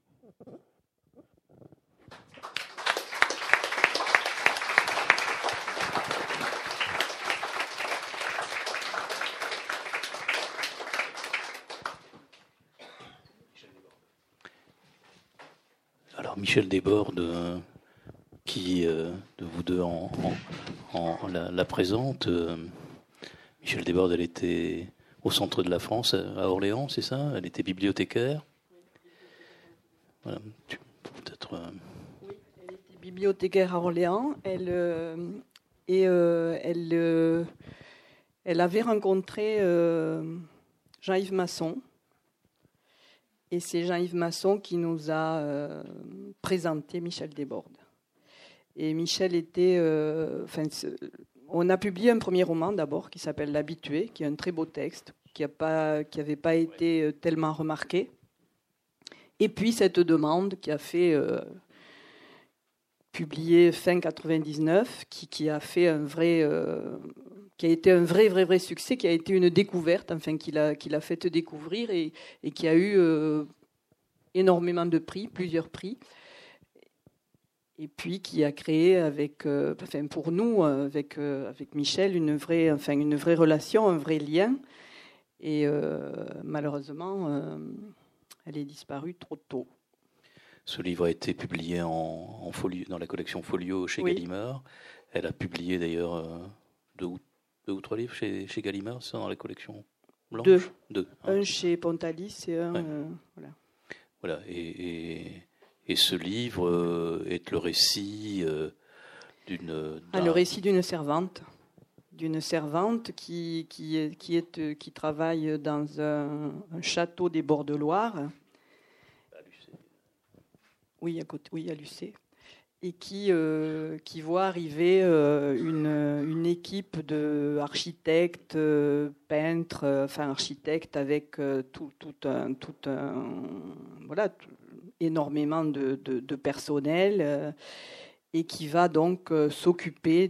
Alors Michel Desbordes, qui de vous deux la présente. Michel Desbordes, elle était au centre de la France, à Orléans, c'est ça? Elle était bibliothécaire. Voilà, peut-être. Oui, elle était bibliothécaire à Orléans. Elle avait rencontré Jean-Yves Masson. Et c'est Jean-Yves Masson qui nous a présenté Michel Desbordes. Et Michel était... on a publié un premier roman d'abord qui s'appelle L'Habitué, qui est un très beau texte, qui n'avait pas été tellement remarqué. Et puis cette demande qui a fait publier fin 99, qui a fait qui a été un vrai succès, qui a été une découverte, enfin qu'il a fait découvrir et qui a eu énormément de prix, plusieurs prix. Et puis qui a créé pour nous, avec Michel, une vraie relation, un vrai lien. Et malheureusement, elle est disparue trop tôt. Ce livre a été publié en folio, dans la collection Folio chez Gallimard. Elle a publié d'ailleurs deux ou trois livres chez Gallimard, c'est ça, dans la collection blanche? Deux. Un chez Pontalis et un... Ouais. Voilà. Et ce livre est le récit le récit d'une servante. D'une servante qui travaille dans un château des bords de Loire. À Lucé. Oui, à Lucé. Et qui voit arriver une équipe d'architectes, peintres, architectes avec énormément de personnel, et qui va donc s'occuper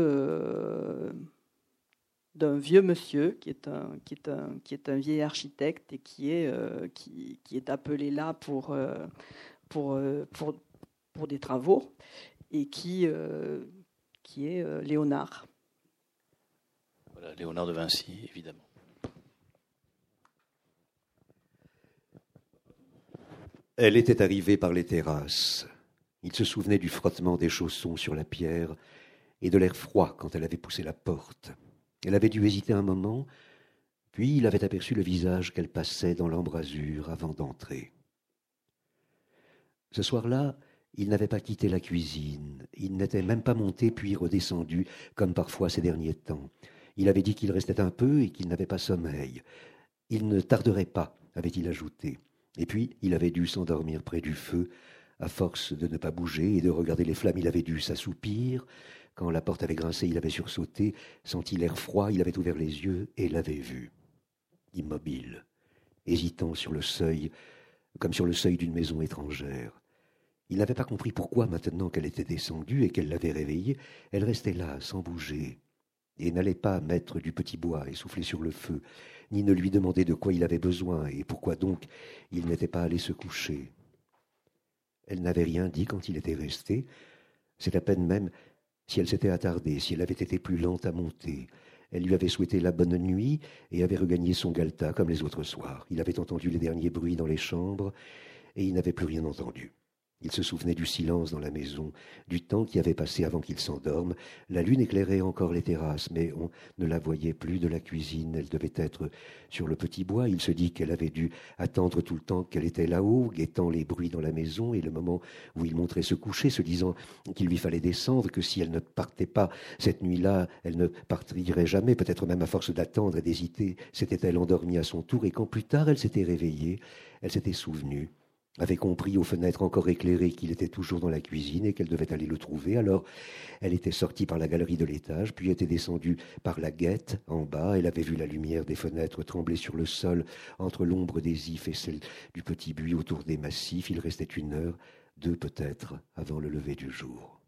d'un vieux monsieur qui est un vieil architecte et qui est appelé là pour des travaux, et qui est Léonard. Voilà, Léonard de Vinci, évidemment. Elle était arrivée par les terrasses. Il se souvenait du frottement des chaussons sur la pierre et de l'air froid quand elle avait poussé la porte. Elle avait dû hésiter un moment, puis il avait aperçu le visage qu'elle passait dans l'embrasure avant d'entrer. Ce soir-là, il n'avait pas quitté la cuisine. Il n'était même pas monté puis redescendu, comme parfois ces derniers temps. Il avait dit qu'il restait un peu et qu'il n'avait pas sommeil. Il ne tarderait pas, avait-il ajouté. Et puis, il avait dû s'endormir près du feu. À force de ne pas bouger et de regarder les flammes, il avait dû s'assoupir. Quand la porte avait grincé, il avait sursauté, senti l'air froid, il avait ouvert les yeux et l'avait vue. Immobile, hésitant sur le seuil, comme sur le seuil d'une maison étrangère. Il n'avait pas compris pourquoi, maintenant qu'elle était descendue et qu'elle l'avait réveillée, elle restait là, sans bouger, et n'allait pas mettre du petit bois et souffler sur le feu, ni ne lui demander de quoi il avait besoin et pourquoi donc il n'était pas allé se coucher. Elle n'avait rien dit quand il était resté. C'est à peine même si elle s'était attardée, si elle avait été plus lente à monter. Elle lui avait souhaité la bonne nuit et avait regagné son galetas comme les autres soirs. Il avait entendu les derniers bruits dans les chambres et il n'avait plus rien entendu. Il se souvenait du silence dans la maison, du temps qui avait passé avant qu'il s'endorme. La lune éclairait encore les terrasses, mais on ne la voyait plus de la cuisine. Elle devait être sur le petit bois. Il se dit qu'elle avait dû attendre tout le temps qu'elle était là-haut, guettant les bruits dans la maison, et le moment où il montrait se coucher, se disant qu'il lui fallait descendre, que si elle ne partait pas cette nuit-là, elle ne partirait jamais, peut-être même à force d'attendre et d'hésiter, s'était-elle endormie à son tour, et quand plus tard elle s'était réveillée, elle s'était souvenue, avait compris aux fenêtres encore éclairées qu'il était toujours dans la cuisine et qu'elle devait aller le trouver. Alors, elle était sortie par la galerie de l'étage, puis était descendue par la guette en bas. Elle avait vu la lumière des fenêtres trembler sur le sol entre l'ombre des ifs et celle du petit buis autour des massifs. Il restait 1 heure, 2 peut-être, avant le lever du jour.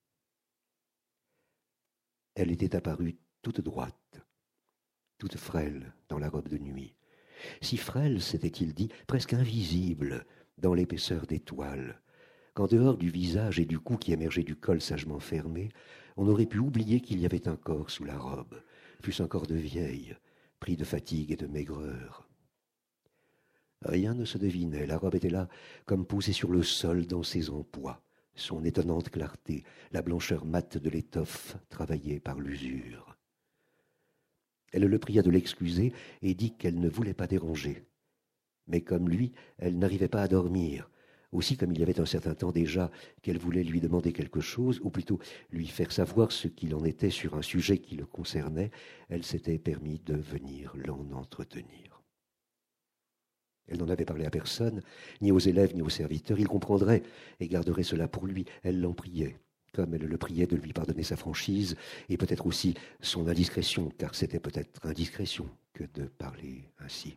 Elle était apparue toute droite, toute frêle dans la robe de nuit. Si frêle, s'était-il dit, presque invisible, dans l'épaisseur des toiles, qu'en dehors du visage et du cou qui émergeait du col sagement fermé, on aurait pu oublier qu'il y avait un corps sous la robe, fût-ce un corps de vieille, pris de fatigue et de maigreur. Rien ne se devinait, la robe était là, comme posée sur le sol dans ses empois, son étonnante clarté, la blancheur mate de l'étoffe travaillée par l'usure. Elle le pria de l'excuser et dit qu'elle ne voulait pas déranger. Mais comme lui, elle n'arrivait pas à dormir. Aussi, comme il y avait un certain temps déjà qu'elle voulait lui demander quelque chose, ou plutôt lui faire savoir ce qu'il en était sur un sujet qui le concernait, elle s'était permis de venir l'en entretenir. Elle n'en avait parlé à personne, ni aux élèves, ni aux serviteurs. Il comprendrait et garderait cela pour lui. Elle l'en priait, comme elle le priait de lui pardonner sa franchise, et peut-être aussi son indiscrétion, car c'était peut-être indiscrétion que de parler ainsi.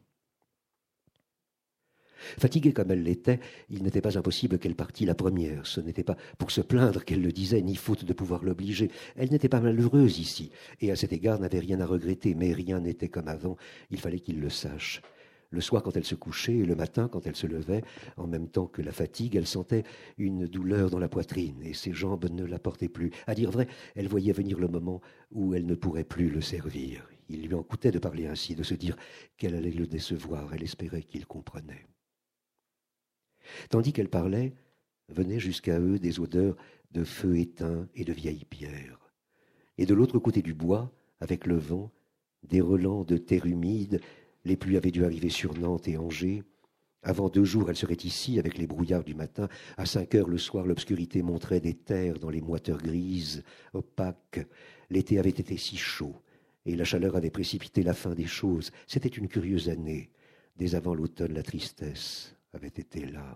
Fatiguée comme elle l'était, il n'était pas impossible qu'elle partît la première. Ce n'était pas pour se plaindre qu'elle le disait, ni faute de pouvoir l'obliger. Elle n'était pas malheureuse ici, et à cet égard n'avait rien à regretter, mais rien n'était comme avant, il fallait qu'il le sache. Le soir, quand elle se couchait, et le matin, quand elle se levait, en même temps que la fatigue, elle sentait une douleur dans la poitrine, et ses jambes ne la portaient plus. À dire vrai, elle voyait venir le moment où elle ne pourrait plus le servir. Il lui en coûtait de parler ainsi, de se dire qu'elle allait le décevoir. Elle espérait qu'il comprenait. Tandis qu'elle parlait, venaient jusqu'à eux des odeurs de feu éteint et de vieilles pierres. Et de l'autre côté du bois, avec le vent, des relents de terre humide, les pluies avaient dû arriver sur Nantes et Angers. Avant 2 jours, elle serait ici, avec les brouillards du matin. À 5 heures le soir, l'obscurité montrait des terres dans les moiteurs grises, opaques. L'été avait été si chaud, et la chaleur avait précipité la fin des choses. C'était une curieuse année. Dès avant l'automne, la tristesse avait été là.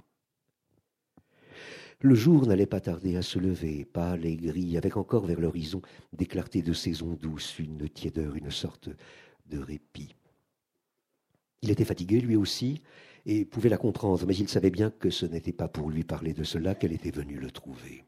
Le jour n'allait pas tarder à se lever, pâle et gris, avec encore vers l'horizon des clartés de saison douce, une tiédeur, une sorte de répit. Il était fatigué lui aussi, et pouvait la comprendre, mais il savait bien que ce n'était pas pour lui parler de cela qu'elle était venue le trouver.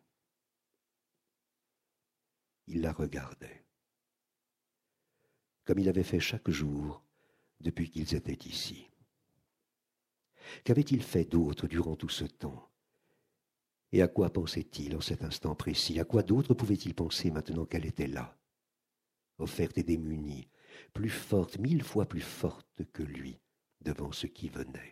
Il la regardait, comme il avait fait chaque jour depuis qu'ils étaient ici. Qu'avait-il fait d'autre durant tout ce temps? Et à quoi pensait-il en cet instant précis? À quoi d'autre pouvait-il penser maintenant qu'elle était là, offerte et démunie, plus forte, 1000 fois plus forte que lui, devant ce qui venait?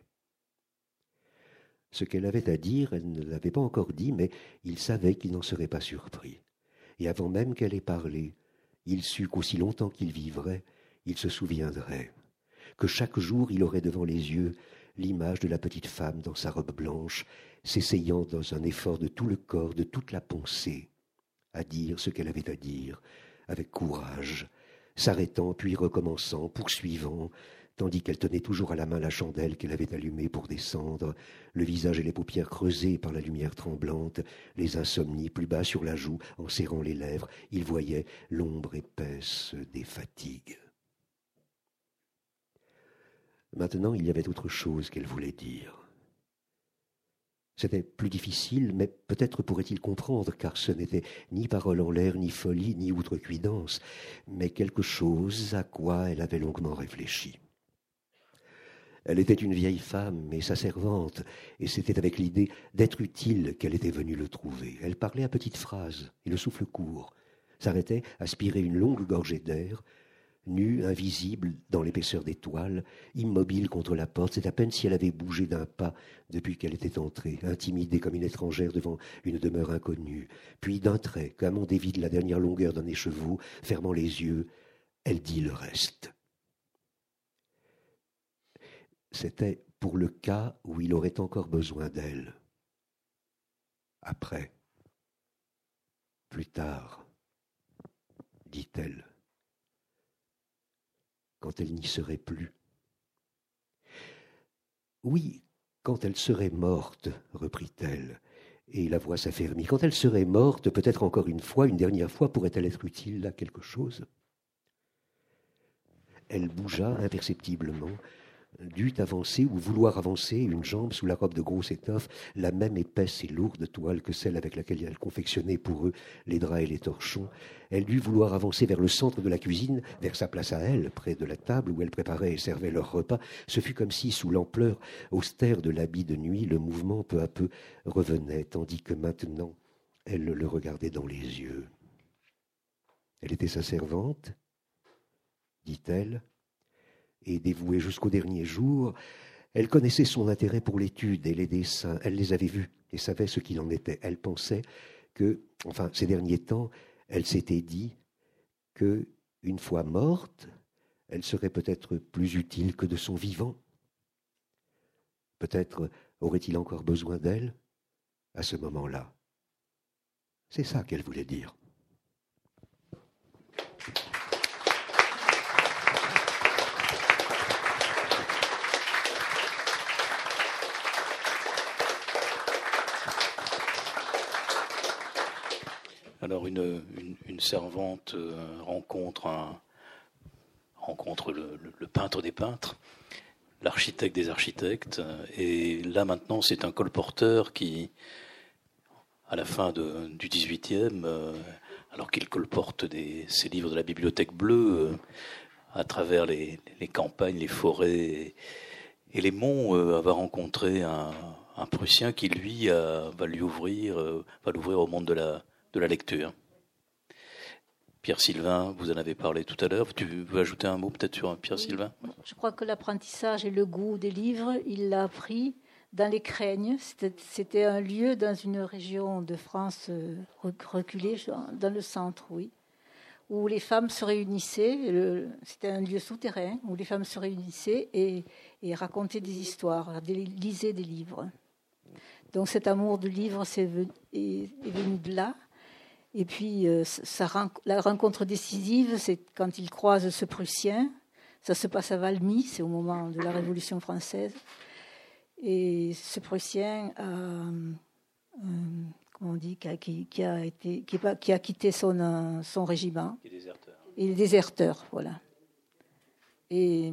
Ce qu'elle avait à dire, elle ne l'avait pas encore dit, mais il savait qu'il n'en serait pas surpris. Et avant même qu'elle ait parlé, il sut qu'aussi longtemps qu'il vivrait, il se souviendrait, que chaque jour il aurait devant les yeux l'image de la petite femme dans sa robe blanche, s'essayant dans un effort de tout le corps, de toute la pensée, à dire ce qu'elle avait à dire, avec courage, s'arrêtant puis recommençant, poursuivant, tandis qu'elle tenait toujours à la main la chandelle qu'elle avait allumée pour descendre, le visage et les paupières creusés par la lumière tremblante, les insomnies plus bas sur la joue, en serrant les lèvres, il voyait l'ombre épaisse des fatigues. Maintenant, il y avait autre chose qu'elle voulait dire. C'était plus difficile, mais peut-être pourrait-il comprendre, car ce n'était ni parole en l'air, ni folie, ni outrecuidance, mais quelque chose à quoi elle avait longuement réfléchi. Elle était une vieille femme et sa servante, et c'était avec l'idée d'être utile qu'elle était venue le trouver. Elle parlait à petites phrases, et le souffle court, s'arrêtait, aspirait une longue gorgée d'air, nue, invisible, dans l'épaisseur des toiles, immobile contre la porte. C'est à peine si elle avait bougé d'un pas depuis qu'elle était entrée, intimidée comme une étrangère devant une demeure inconnue. Puis d'un trait, comme on dévide la dernière longueur d'un écheveau, fermant les yeux, elle dit le reste. C'était pour le cas où il aurait encore besoin d'elle. Après, plus tard, dit-elle, quand elle n'y serait plus. Oui, quand elle serait morte, reprit-elle, et la voix s'affermit. Quand elle serait morte, peut-être encore une fois, une dernière fois, pourrait-elle être utile à quelque chose? Elle bougea imperceptiblement, dut avancer ou vouloir avancer une jambe sous la robe de grosse étoffe, la même épaisse et lourde toile que celle avec laquelle elle confectionnait pour eux les draps et les torchons. Elle dut vouloir avancer vers le centre de la cuisine, vers sa place à elle, près de la table où elle préparait et servait leur repas. Ce fut comme si, sous l'ampleur austère de l'habit de nuit, le mouvement peu à peu revenait, tandis que maintenant, elle le regardait dans les yeux. Elle était sa servante, dit-elle, et dévouée jusqu'au dernier jour, elle connaissait son intérêt pour l'étude et les dessins. Elle les avait vus et savait ce qu'il en était. Elle pensait que, enfin, ces derniers temps, elle s'était dit que, une fois morte, elle serait peut-être plus utile que de son vivant. Peut-être aurait-il encore besoin d'elle à ce moment-là. C'est ça qu'elle voulait dire. Alors une servante rencontre le peintre des peintres, l'architecte des architectes, et là maintenant c'est un colporteur qui, à la fin du XVIIIe, alors qu'il colporte ses livres de la Bibliothèque bleue à travers les campagnes, les forêts et les monts, va rencontrer un Prussien qui lui va l'ouvrir au monde de la lecture. Pierre Sylvain, vous en avez parlé tout à l'heure. Tu veux ajouter un mot peut-être sur Pierre Sylvain? Je crois que l'apprentissage et le goût des livres, il l'a appris dans les Craignes. C'était un lieu dans une région de France reculée, dans le centre, oui, où les femmes se réunissaient. C'était un lieu souterrain où les femmes se réunissaient et racontaient des histoires, lisaient des livres. Donc cet amour du livre est venu de là. Et puis la rencontre décisive, c'est quand il croise ce Prussien. Ça se passe à Valmy, c'est au moment de la Révolution française. Et ce Prussien qui a quitté son régiment. Il est déserteur, voilà. Et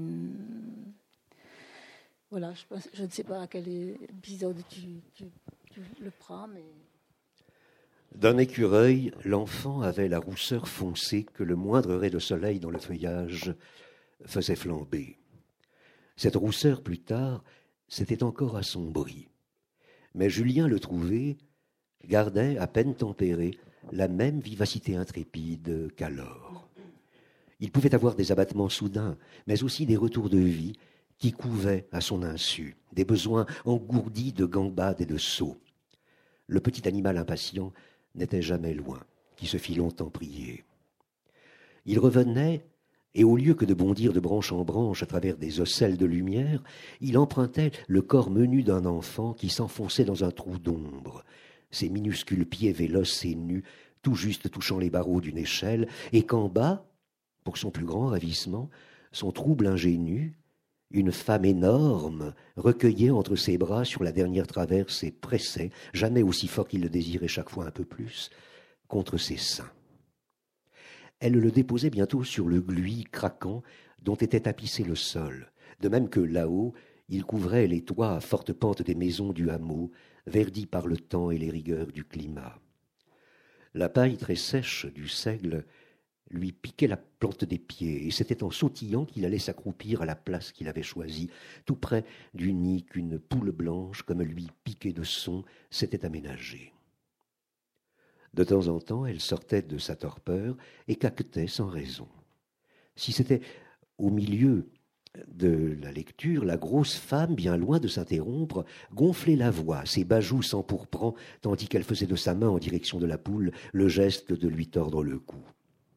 voilà, je ne sais pas à quel épisode tu le prends, mais... D'un écureuil, l'enfant avait la rousseur foncée que le moindre ray de soleil dans le feuillage faisait flamber. Cette rousseur, plus tard, s'était encore assombrie. Mais Julien le trouvait, gardait, à peine tempérée, la même vivacité intrépide qu'alors. Il pouvait avoir des abattements soudains, mais aussi des retours de vie qui couvaient à son insu, des besoins engourdis de gambades et de sauts. Le petit animal impatient n'était jamais loin, qui se fit longtemps prier. Il revenait, et au lieu que de bondir de branche en branche à travers des ocelles de lumière, il empruntait le corps menu d'un enfant qui s'enfonçait dans un trou d'ombre, ses minuscules pieds véloces et nus, tout juste touchant les barreaux d'une échelle, et qu'en bas, pour son plus grand ravissement, son trouble ingénu, une femme énorme recueillait entre ses bras sur la dernière traverse et pressait, jamais aussi fort qu'il le désirait chaque fois un peu plus, contre ses seins. Elle le déposait bientôt sur le gluis craquant dont était tapissé le sol, de même que là-haut, il couvrait les toits à forte pente des maisons du hameau, verdis par le temps et les rigueurs du climat. La paille très sèche du seigle lui piquait la plante des pieds, et c'était en sautillant qu'il allait s'accroupir à la place qu'il avait choisie, tout près du nid qu'une poule blanche, comme lui piquée de son, s'était aménagée. De temps en temps, elle sortait de sa torpeur et caquetait sans raison. si c'était au milieu de la lecture, la grosse femme, bien loin de s'interrompre, gonflait la voix, ses bas joues s'empourprant, tandis qu'elle faisait de sa main en direction de la poule le geste de lui tordre le cou.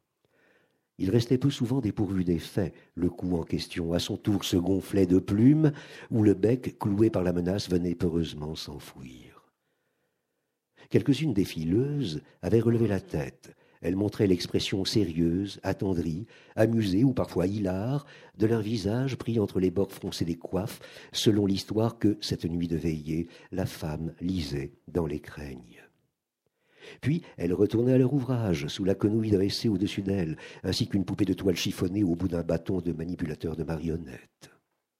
Il restait peu souvent dépourvu d'effet. Le cou en question, à son tour, se gonflait de plumes, ou le bec, cloué par la menace, venait peureusement s'enfouir. Quelques-unes des fileuses avaient relevé la tête. Elles montraient l'expression sérieuse, attendrie, amusée ou parfois hilare de leur visage pris entre les bords froncés des coiffes, selon l'histoire que, cette nuit de veillée, la femme lisait dans les craignes. Puis elles retournaient à leur ouvrage, sous la quenouille dressée au-dessus d'elles, ainsi qu'une poupée de toile chiffonnée au bout d'un bâton de manipulateur de marionnettes.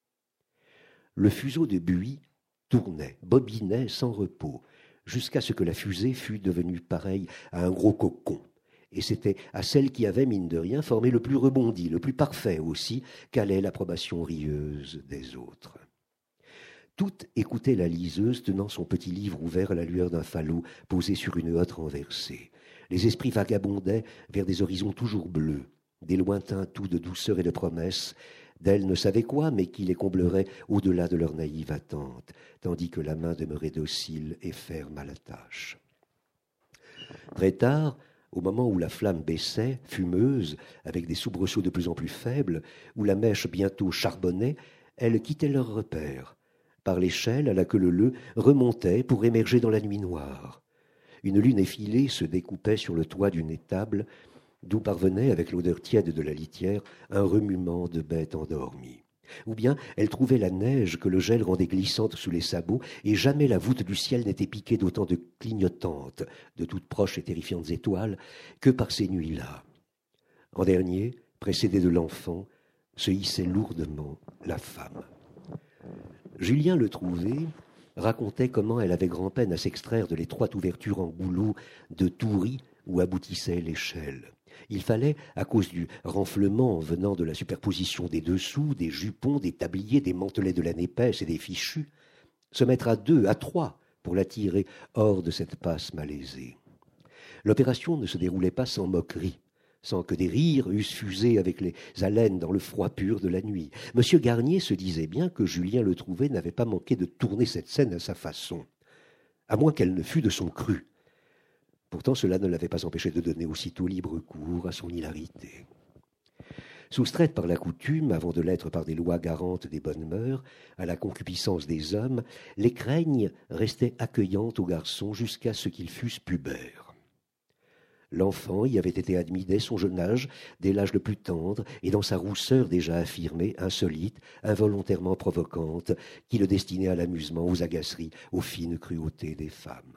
Le fuseau de buis tournait, bobinait sans repos, jusqu'à ce que la fusée fût devenue pareille à un gros cocon. Et c'était à celle qui avait, mine de rien, formé le plus rebondi, le plus parfait aussi, qu'allait l'approbation rieuse des autres. Toutes écoutaient la liseuse tenant son petit livre ouvert à la lueur d'un falot posé sur une hotte renversée. Les esprits vagabondaient vers des horizons toujours bleus, des lointains tout de douceur et de promesse, d'elles ne savaient quoi, mais qui les comblerait au-delà de leur naïve attente, tandis que la main demeurait docile et ferme à la tâche. Très tard, au moment où la flamme baissait, fumeuse, avec des soubresauts de plus en plus faibles, où la mèche bientôt charbonnait, elles quittaient leur repère. Par l'échelle à la queue leu remontaient pour émerger dans la nuit noire. Une lune effilée se découpait sur le toit d'une étable, d'où parvenait, avec l'odeur tiède de la litière, un remuement de bêtes endormies. Ou bien elle trouvait la neige que le gel rendait glissante sous les sabots, et jamais la voûte du ciel n'était piquée d'autant de clignotantes, de toutes proches et terrifiantes étoiles, que par ces nuits-là. En dernier, précédé de l'enfant, se hissait lourdement la femme. Julien Le Trouvé racontait comment elle avait grand-peine à s'extraire de l'étroite ouverture en goulot de Toury où aboutissait l'échelle. Il fallait, à cause du renflement venant de la superposition des dessous, des jupons, des tabliers, des mantelets de laine épaisse et des fichus, se mettre à 2, à 3 pour la tirer hors de cette passe malaisée. L'opération ne se déroulait pas sans moquerie, sans que des rires eussent fusé avec les haleines dans le froid pur de la nuit. M. Garnier se disait bien que Julien Le Trouvé n'avait pas manqué de tourner cette scène à sa façon, à moins qu'elle ne fût de son cru. Pourtant, cela ne l'avait pas empêché de donner aussitôt libre cours à son hilarité. Soustraite par la coutume, avant de l'être par des lois garantes des bonnes mœurs, à la concupiscence des hommes, les craignes restaient accueillantes aux garçons jusqu'à ce qu'ils fussent pubères. L'enfant y avait été admis dès son jeune âge, dès l'âge le plus tendre, et dans sa rousseur déjà affirmée, insolite, involontairement provocante, qui le destinait à l'amusement, aux agaceries, aux fines cruautés des femmes.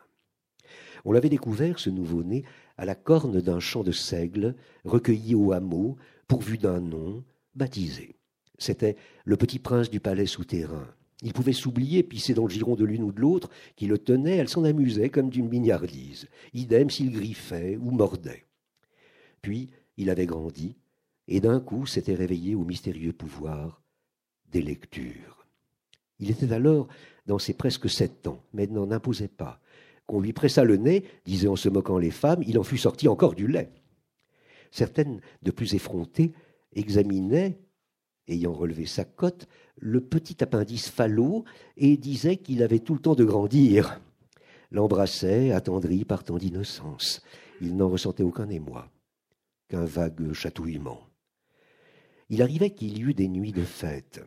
On l'avait découvert, ce nouveau-né, à la corne d'un champ de seigle, recueilli au hameau, pourvu d'un nom, baptisé. C'était le petit prince du palais souterrain. Il pouvait s'oublier, pisser dans le giron de l'une ou de l'autre, qui le tenait, elle s'en amusait comme d'une mignardise. Idem s'il griffait ou mordait. Puis, il avait grandi, et d'un coup s'était réveillé au mystérieux pouvoir des lectures. Il était alors dans ses presque 7 ans, mais n'en imposait pas. Qu'on lui pressa le nez, disaient en se moquant les femmes, il en fut sorti encore du lait. Certaines, de plus effrontées, examinaient, ayant relevé sa cote, le petit appendice falot et disaient qu'il avait tout le temps de grandir. L'embrassait, attendri par tant d'innocence. Il n'en ressentait aucun émoi, qu'un vague chatouillement. Il arrivait qu'il y eût des nuits de fête.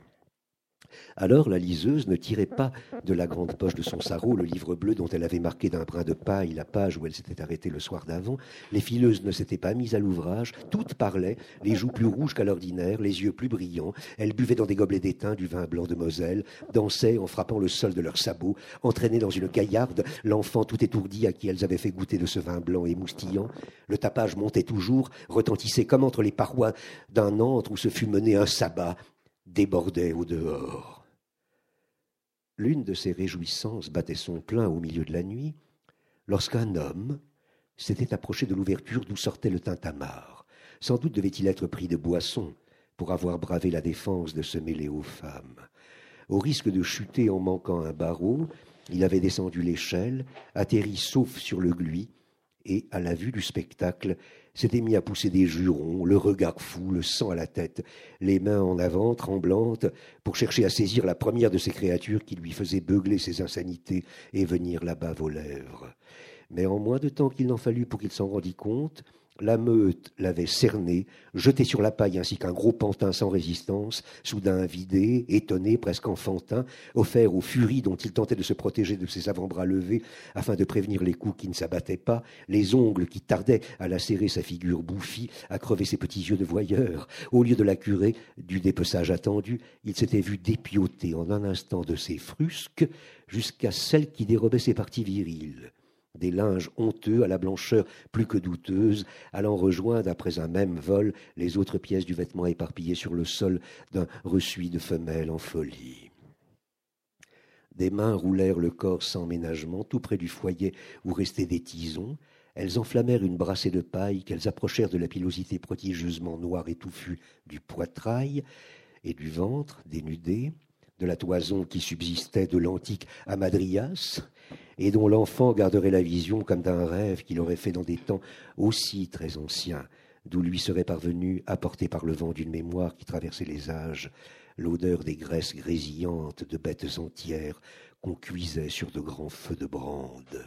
Alors la liseuse ne tirait pas de la grande poche de son sarrau le livre bleu dont elle avait marqué d'un brin de paille la page où elle s'était arrêtée le soir d'avant. Les fileuses ne s'étaient pas mises à l'ouvrage. Toutes parlaient, les joues plus rouges qu'à l'ordinaire, les yeux plus brillants. Elles buvaient dans des gobelets d'étain du vin blanc de Moselle, dansaient en frappant le sol de leurs sabots, entraînaient dans une gaillarde l'enfant tout étourdi à qui elles avaient fait goûter de ce vin blanc émoustillant. Le tapage montait toujours, retentissait comme entre les parois d'un antre où se fût mené un sabbat, débordait au dehors. L'une de ces réjouissances battait son plein au milieu de la nuit, lorsqu'un homme s'était approché de l'ouverture d'où sortait le tintamarre. Sans doute devait-il être pris de boisson pour avoir bravé la défense de se mêler aux femmes. Au risque de chuter en manquant un barreau, il avait descendu l'échelle, atterri sauf sur le gluit, et, à la vue du spectacle, s'était mis à pousser des jurons, le regard fou, le sang à la tête, les mains en avant, tremblantes, pour chercher à saisir la première de ces créatures qui lui faisaient beugler ses insanités et venir la bave aux lèvres. Mais en moins de temps qu'il n'en fallut pour qu'il s'en rendît compte, la meute l'avait cerné, jeté sur la paille ainsi qu'un gros pantin sans résistance, soudain vidé, étonné, presque enfantin, offert aux furies dont il tentait de se protéger de ses avant-bras levés afin de prévenir les coups qui ne s'abattaient pas, les ongles qui tardaient à lacérer sa figure bouffie, à crever ses petits yeux de voyeur. Au lieu de la curer, du dépeçage attendu, il s'était vu dépioter en un instant de ses frusques jusqu'à celle qui dérobait ses parties viriles. Des linges honteux à la blancheur plus que douteuse, allant rejoindre après un même vol les autres pièces du vêtement éparpillées sur le sol d'un reçuit de femelle en folie. Des mains roulèrent le corps sans ménagement tout près du foyer où restaient des tisons. Elles enflammèrent une brassée de paille qu'elles approchèrent de la pilosité prodigieusement noire et touffue du poitrail et du ventre dénudé, de la toison qui subsistait de l'antique Amadrias, et dont l'enfant garderait la vision comme d'un rêve qu'il aurait fait dans des temps aussi très anciens, d'où lui serait parvenu, apporté par le vent d'une mémoire qui traversait les âges, l'odeur des graisses grésillantes de bêtes entières qu'on cuisait sur de grands feux de brande.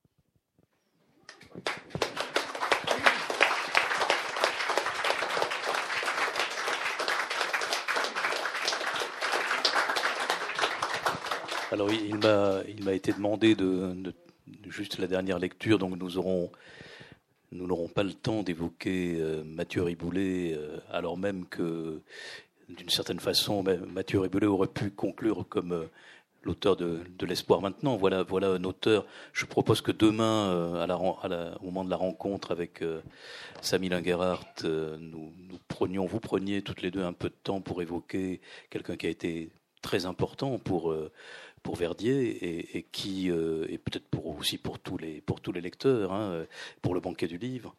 Alors, il m'a été demandé de juste la dernière lecture, donc nous n'aurons pas le temps d'évoquer Mathieu Riboulet, alors même que, d'une certaine façon, Mathieu Riboulet aurait pu conclure comme l'auteur de L'Espoir maintenant. Voilà un auteur. Je propose que demain, au moment de la rencontre avec Samy Linguerhardt, vous preniez toutes les deux un peu de temps pour évoquer quelqu'un qui a été très important pour Verdier et qui et peut-être aussi pour tous les lecteurs, hein, pour le banquet du livre.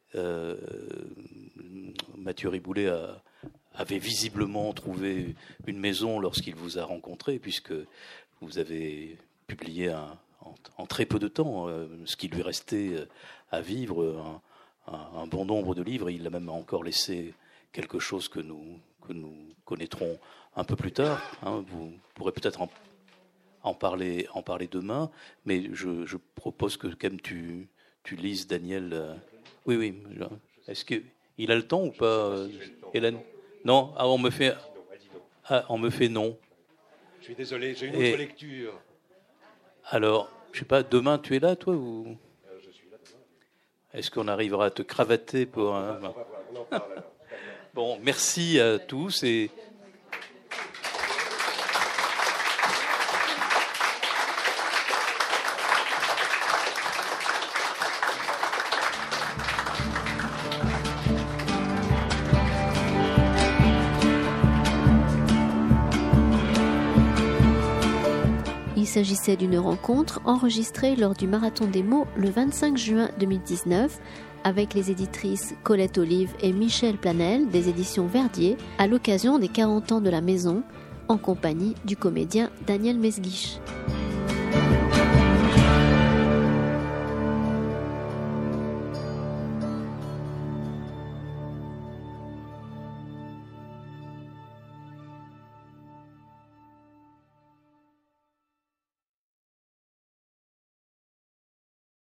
Mathieu Riboulet avait visiblement trouvé une maison lorsqu'il vous a rencontré, puisque vous avez publié en très peu de temps ce qui lui restait à vivre, un bon nombre de livres. Il a même encore laissé quelque chose que nous connaîtrons un peu plus tard. Hein. Vous pourrez peut-être en parler demain, mais je propose que quand même tu lises Daniel. Oui. Est-ce qu'il a le temps ou pas, Hélène? Non. On me fait non. Je suis désolé, j'ai une autre lecture. Alors, je sais pas. Demain, tu es là, toi, ou? Je suis là demain. Est-ce qu'on arrivera à te cravater pour un? On en parle alors. Bon, merci à tous et. Il s'agissait d'une rencontre enregistrée lors du Marathon des mots le 25 juin 2019 avec les éditrices Colette Olive et Michel Planel des éditions Verdier à l'occasion des 40 ans de la maison en compagnie du comédien Daniel Mesguich.